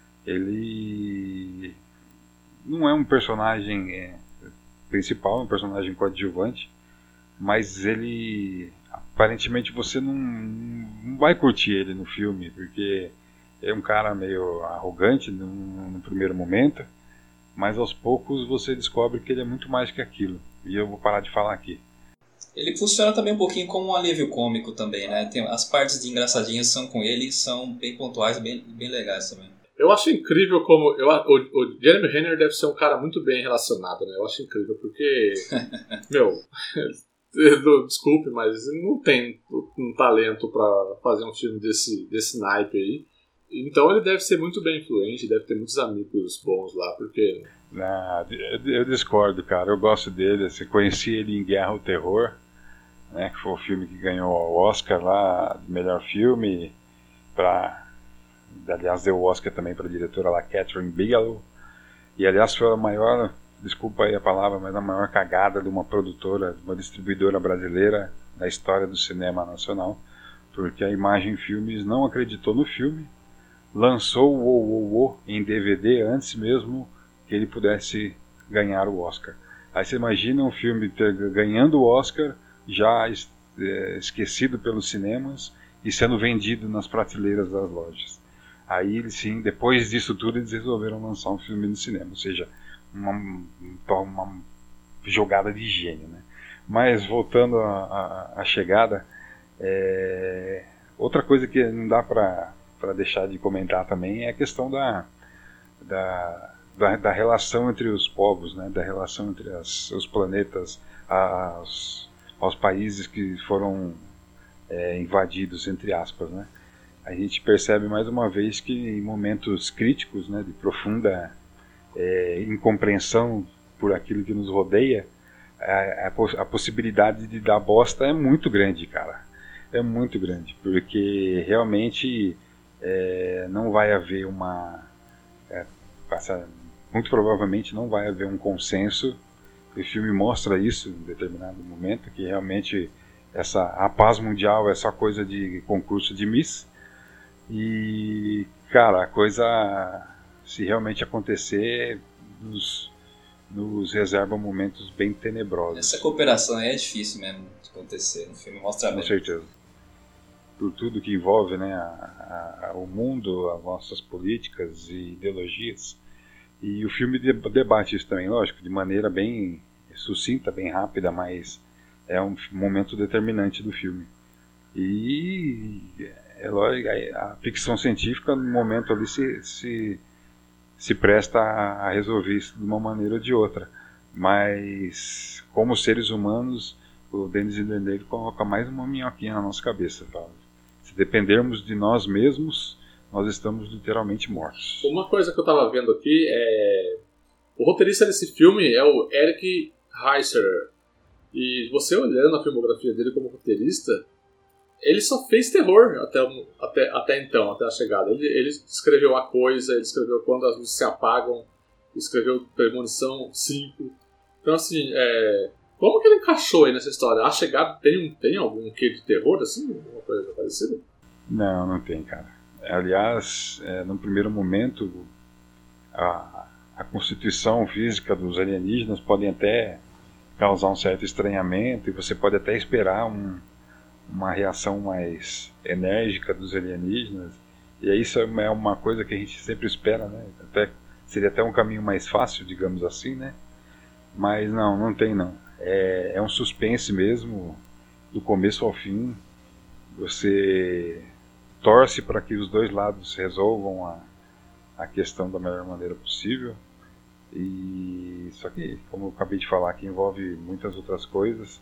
ele não é um personagem é, principal, é um personagem coadjuvante, mas ele, aparentemente você não, não vai curtir ele no filme, porque é um cara meio arrogante no, no primeiro momento, mas aos poucos você descobre que ele é muito mais que aquilo, e eu vou parar de falar aqui. Ele funciona também um pouquinho como um alívio cômico também, né? Tem, as partes de engraçadinhas são com ele, são bem pontuais e bem, bem legais também. Eu acho incrível como... Eu, o, o Jeremy Renner deve ser um cara muito bem relacionado, né? Eu acho incrível, porque... meu... Desculpe, mas não tem um talento pra fazer um filme desse, desse naipe aí. Então ele deve ser muito bem influente, deve ter muitos amigos bons lá, porque... Ah, eu discordo, cara. Eu gosto dele. Assim, conheci ele em Guerra ao Terror, né, que foi o filme que ganhou o Oscar lá de melhor filme. Pra, aliás, deu o Oscar também para a diretora lá, Catherine Bigelow. E aliás foi a maior, desculpa aí a palavra, mas a maior cagada de uma produtora, de uma distribuidora brasileira da história do cinema nacional, porque a Imagem Filmes não acreditou no filme, lançou o O O O em D V D antes mesmo que ele pudesse ganhar o Oscar. Aí você imagina um filme ter, ganhando o Oscar, já é, esquecido pelos cinemas e sendo vendido nas prateleiras das lojas. Aí sim, depois disso tudo, eles resolveram lançar um filme no cinema, ou seja, uma, uma jogada de gênio, né? Mas voltando à chegada, é, outra coisa que não dá para deixar de comentar também é a questão da, da Da, da relação entre os povos, né? Da relação entre as, os planetas, as, aos países que foram é, invadidos, entre aspas, né? A gente percebe mais uma vez que em momentos críticos, né, de profunda é, incompreensão por aquilo que nos rodeia, a, a, a possibilidade de dar bosta é muito grande, cara. É muito grande, porque realmente é, não vai haver uma... É, passa, muito provavelmente não vai haver um consenso. O filme mostra isso em determinado momento, que realmente essa, a paz mundial é só coisa de concurso de Miss. E, cara, a coisa, se realmente acontecer, nos, nos reserva momentos bem tenebrosos. Essa cooperação aí é difícil mesmo de acontecer, no filme mostra bem. Com certeza. Por tudo que envolve, né, a, a, o mundo, as nossas políticas e ideologias. E o filme debate isso também, lógico, de maneira bem sucinta, bem rápida, mas é um momento determinante do filme. E é lógico, a ficção científica no momento ali se, se, se presta a resolver isso de uma maneira ou de outra. Mas como seres humanos, o Denis Villeneuve coloca mais uma minhoquinha na nossa cabeça. Tá? Se dependermos de nós mesmos, nós estamos literalmente mortos. Uma coisa que eu tava vendo aqui é... O roteirista desse filme é o Eric Heiser. E você olhando a filmografia dele como roteirista, ele só fez terror até, até, até então, até a chegada. Ele, ele escreveu A Coisa, ele escreveu Quando as Luzes Se Apagam, escreveu Premonição cinco. Então assim, é... como que ele encaixou aí nessa história? A Chegada tem, tem algum quê de terror, assim? Alguma coisa parecida? Não, não tem, cara. Aliás, é, no primeiro momento, a, a constituição física dos alienígenas pode até causar um certo estranhamento e você pode até esperar um, uma reação mais enérgica dos alienígenas. E isso é uma coisa que a gente sempre espera, né? Até, seria até um caminho mais fácil, digamos assim, né? Mas não, não tem não. É, é um suspense mesmo, do começo ao fim. Você... torce para que os dois lados resolvam a, a questão da melhor maneira possível. E só que, como eu acabei de falar, que envolve muitas outras coisas.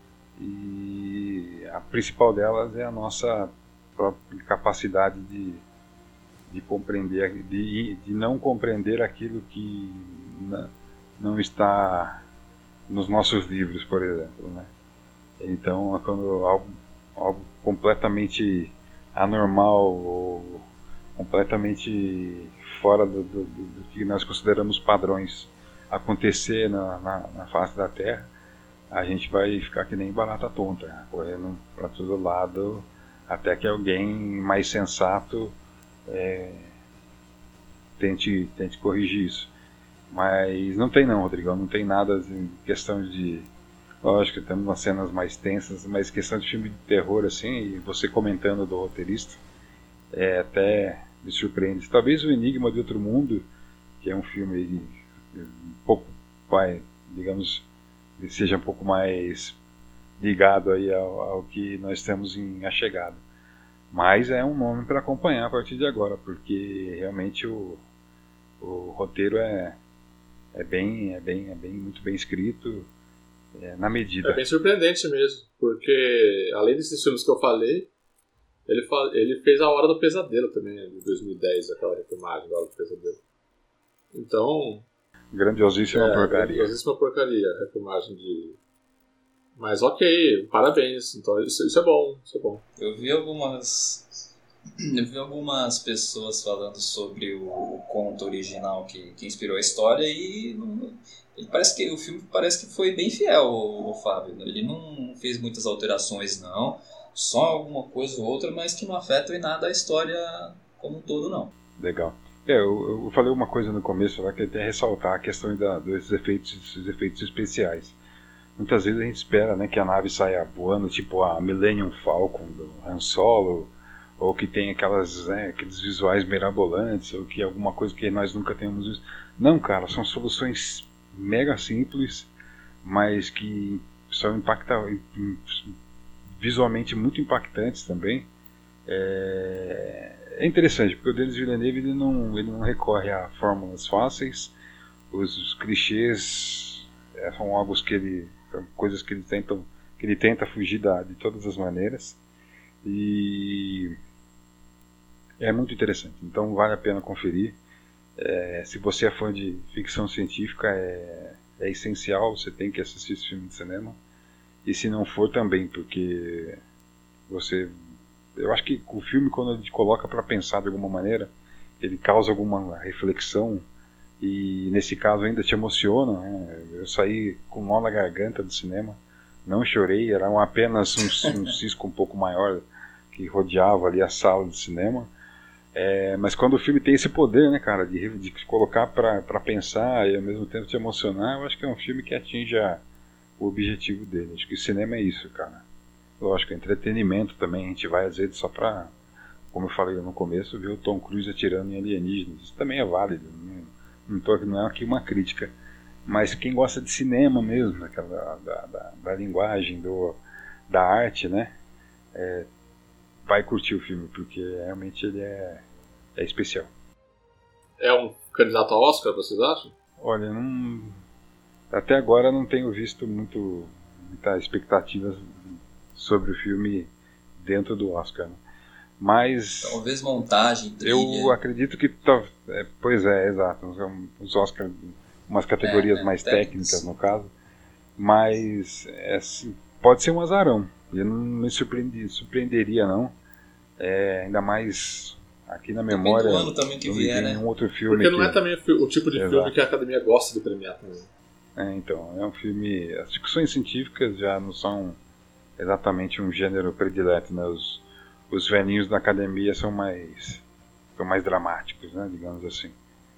E a principal delas é a nossa própria capacidade de, de compreender, de, de não compreender aquilo que não, não está nos nossos livros, por exemplo, né? Então, quando algo, algo completamente anormal ou completamente fora do, do, do que nós consideramos padrões acontecer na, na, na face da Terra, a gente vai ficar que nem barata tonta, correndo para todo lado, até que alguém mais sensato é, tente, tente corrigir isso. Mas não tem não, Rodrigão, não tem nada em questão de... Lógico, temos umas cenas mais tensas, mas questão de filme de terror, assim, e você comentando do roteirista, é, até me surpreende. Talvez o Enigma de Outro Mundo, que é um filme um pouco, vai, digamos, seja um pouco mais ligado aí ao, ao que nós temos em A Chegada. Mas é um nome para acompanhar a partir de agora, porque realmente o, o roteiro é, é, bem, é, bem, é bem muito bem escrito, é, na medida. É bem surpreendente mesmo, porque além desses filmes que eu falei, ele, fa- ele fez A Hora do Pesadelo também, de dois mil e dez, aquela refilmagem da Hora do Pesadelo. Então... Grandiosíssima é, porcaria. Grandiosíssima porcaria, a refilmagem de... Mas ok, parabéns, então isso, isso é bom, isso é bom. Eu vi algumas eu vi algumas pessoas falando sobre o, o conto original que, que inspirou a história e não, ele parece que o filme parece que foi bem fiel, o, o Fábio. Ele não fez muitas alterações não, só alguma coisa ou outra, mas que não afetam em nada a história como um todo não. Legal. É, eu, eu falei uma coisa no começo lá que eu até ressaltar a questão da, dos efeitos, dos efeitos especiais. Muitas vezes a gente espera, né, que a nave saia voando, tipo a Millennium Falcon do Han Solo, ou que tem aquelas, né, aqueles visuais mirabolantes, ou que alguma coisa que nós nunca temos visto. Não, cara, são soluções mega simples, mas que são impacta, visualmente muito impactantes também. É, é interessante, porque o Denis Villeneuve ele não, ele não recorre a fórmulas fáceis, os, os clichês é, são algo que ele... São coisas que ele, tentam, que ele tenta fugir da, de todas as maneiras. E é muito interessante. Então vale a pena conferir. É, se você é fã de ficção científica, é, é essencial. Você tem que assistir esse filme de cinema. E se não for, também, porque você... Eu acho que o filme, quando ele te coloca para pensar de alguma maneira, ele causa alguma reflexão. E nesse caso ainda te emociona, né? Eu saí com nó na garganta do cinema, não chorei, era um, apenas um, um cisco um pouco maior que rodeava ali a sala de cinema, é, mas quando o filme tem esse poder, né, cara, de, de te colocar para pensar e ao mesmo tempo te emocionar, eu acho que é um filme que atinge a, o objetivo dele. Acho que o cinema é isso, cara. Lógico, entretenimento também, a gente vai às vezes só pra, como eu falei no começo, ver o Tom Cruise atirando em alienígenas, isso também é válido, né? Não, tô, não é aqui uma crítica, mas quem gosta de cinema mesmo, daquela, da, da, da linguagem, do, da arte, né, é, vai curtir o filme, porque realmente ele é, é especial. É um candidato ao Oscar, vocês acham? Olha, não, até agora não tenho visto muito, muitas expectativas sobre o filme dentro do Oscar, né? Mas talvez montagem, trilha. Eu acredito que é, pois é, exato, os Oscars, umas categorias é, mais técnicas, técnicas no caso, mas é, assim, pode ser um azarão. Eu não me surpreendi, surpreenderia não, é, ainda mais aqui na memória. Do ano também que vier, né? Um outro filme porque não que, é também o tipo de exato. filme que a academia gosta de premiar também. É, então é um filme. As ficções científicas já não são exatamente um gênero predileto, né? Os Os velhinhos da academia são mais, são mais dramáticos, né, digamos assim.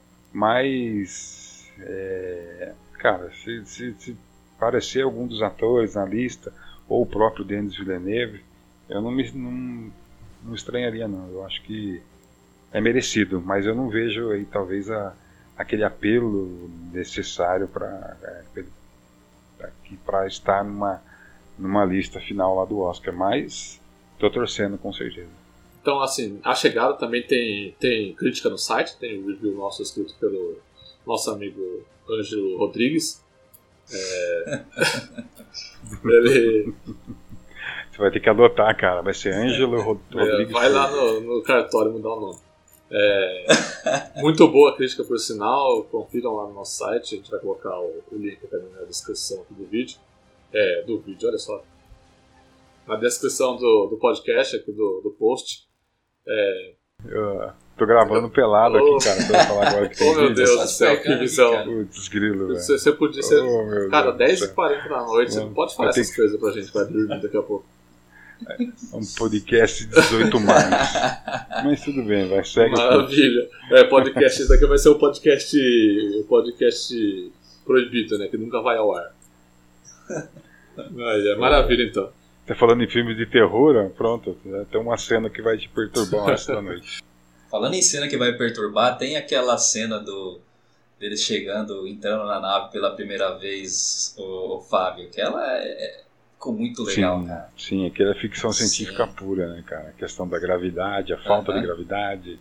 Mas, é, cara, se, se, se aparecer algum dos atores na lista, ou o próprio Denis Villeneuve, eu não me não, não estranharia, não. Eu acho que é merecido, mas eu não vejo aí talvez a, aquele apelo necessário para é, para estar numa, numa lista final lá do Oscar, mas tô torcendo com certeza. Então, assim, A Chegada também tem, tem crítica no site, tem um review nosso escrito pelo nosso amigo Ângelo Rodrigues. É... Ele... Você vai ter que adotar, cara, vai ser Ângelo Rodrigues. É, vai lá no, no cartório mudar o nome. É... Muito boa a crítica, por sinal, confiram lá no nosso site, a gente vai colocar o, o link também na descrição aqui do vídeo. É, do vídeo, olha só. Na descrição do, do podcast, aqui do, do post. É... Eu tô gravando pelado oh. aqui, cara, pra falar agora que tem oh, meu Deus do céu, que visão. Putz, grilo, velho. Você, você podia ser... Oh, cara, dez e quarenta da noite, você não pode falar essas que... coisas pra gente, vai dormir daqui a pouco. É um podcast dezoito mais. Mas tudo bem, vai, segue. Maravilha. É, podcast, esse daqui vai ser o podcast, o podcast proibido, né, que nunca vai ao ar. É, maravilha, então. Tá falando em filmes de terror, pronto, tem uma cena que vai te perturbar o resto da noite. Falando em cena que vai perturbar, tem aquela cena do deles chegando, entrando na nave pela primeira vez, o, o Fábio, que ela é, ficou muito legal, sim, cara. Sim, aquela é ficção Sim. científica pura, né, cara? A questão da gravidade, a falta Uhum. de gravidade.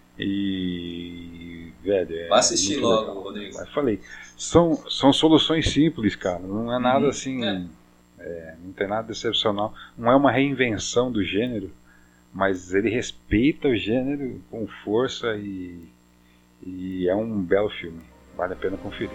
E. Velho, é. Vai assistir muito logo, legal. Rodrigo. Mas falei, são, são soluções simples, cara. Não é nada Uhum. assim. É. é, não tem nada excepcional. Não é uma reinvenção do gênero, mas ele respeita o gênero com força e. E é um belo filme. Vale a pena conferir.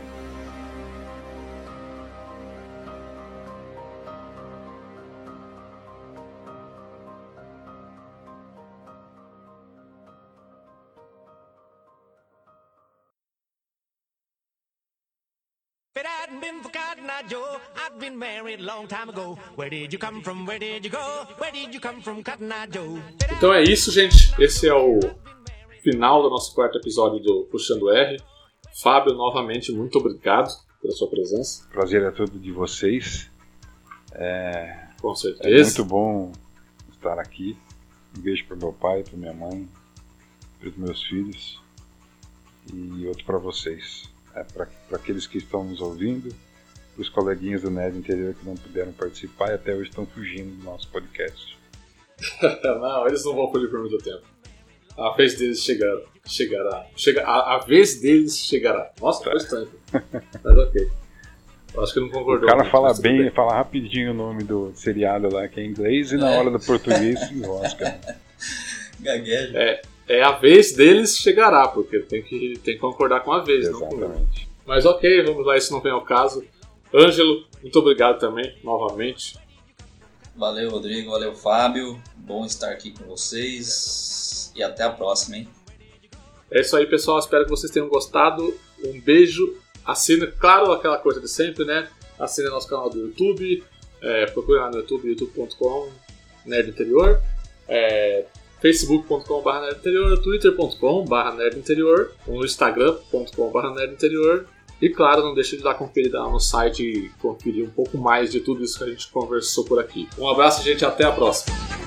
If it hadn't been for Cotton Eye Joe, I'd been married a long time ago. Where did you come from? Where did you go? Where did you come from, Cotton Eye Joe? Então é isso, gente. Esse é o final do nosso quarto episódio do Puxando R. Fábio, novamente, muito obrigado pela sua presença. Prazer é todo de vocês. É, Com é certeza. muito bom estar aqui. Um beijo para meu pai, para minha mãe, para os meus filhos e outro para vocês. É, para aqueles que estão nos ouvindo, para os coleguinhas do Nerd Interior que não puderam participar e até hoje estão fugindo do nosso podcast. Não, eles não vão fugir por muito tempo. A vez deles chegará. chegará. Chega, a, a vez deles chegará. Nossa, foi estranho. Mas ok. Eu acho que não concordou. O cara muito, fala mas tudo bem, fala rapidinho o nome do seriado lá que é em inglês e na É. hora do português se enrosca. Gaguejo. É, é a vez deles chegará, porque tem que, tem que concordar com a vez, não com Exatamente. Mas ok, vamos lá, isso não vem ao caso. Ângelo, muito obrigado também, novamente. Valeu, Rodrigo. Valeu, Fábio. Bom estar aqui com vocês. E até a próxima, hein? É isso aí, pessoal. Espero que vocês tenham gostado. Um beijo. Assine, claro, aquela coisa de sempre, né? Assine nosso canal do YouTube. É, procure lá no YouTube, youtube ponto com Nerd Interior. É, facebook ponto com barra Nerd Interior. twitter ponto com barra Nerd Interior. No instagram ponto com barra Nerd Interior. E claro, não deixe de dar conferida lá no site e conferir um pouco mais de tudo isso que a gente conversou por aqui. Um abraço, gente. Até a próxima.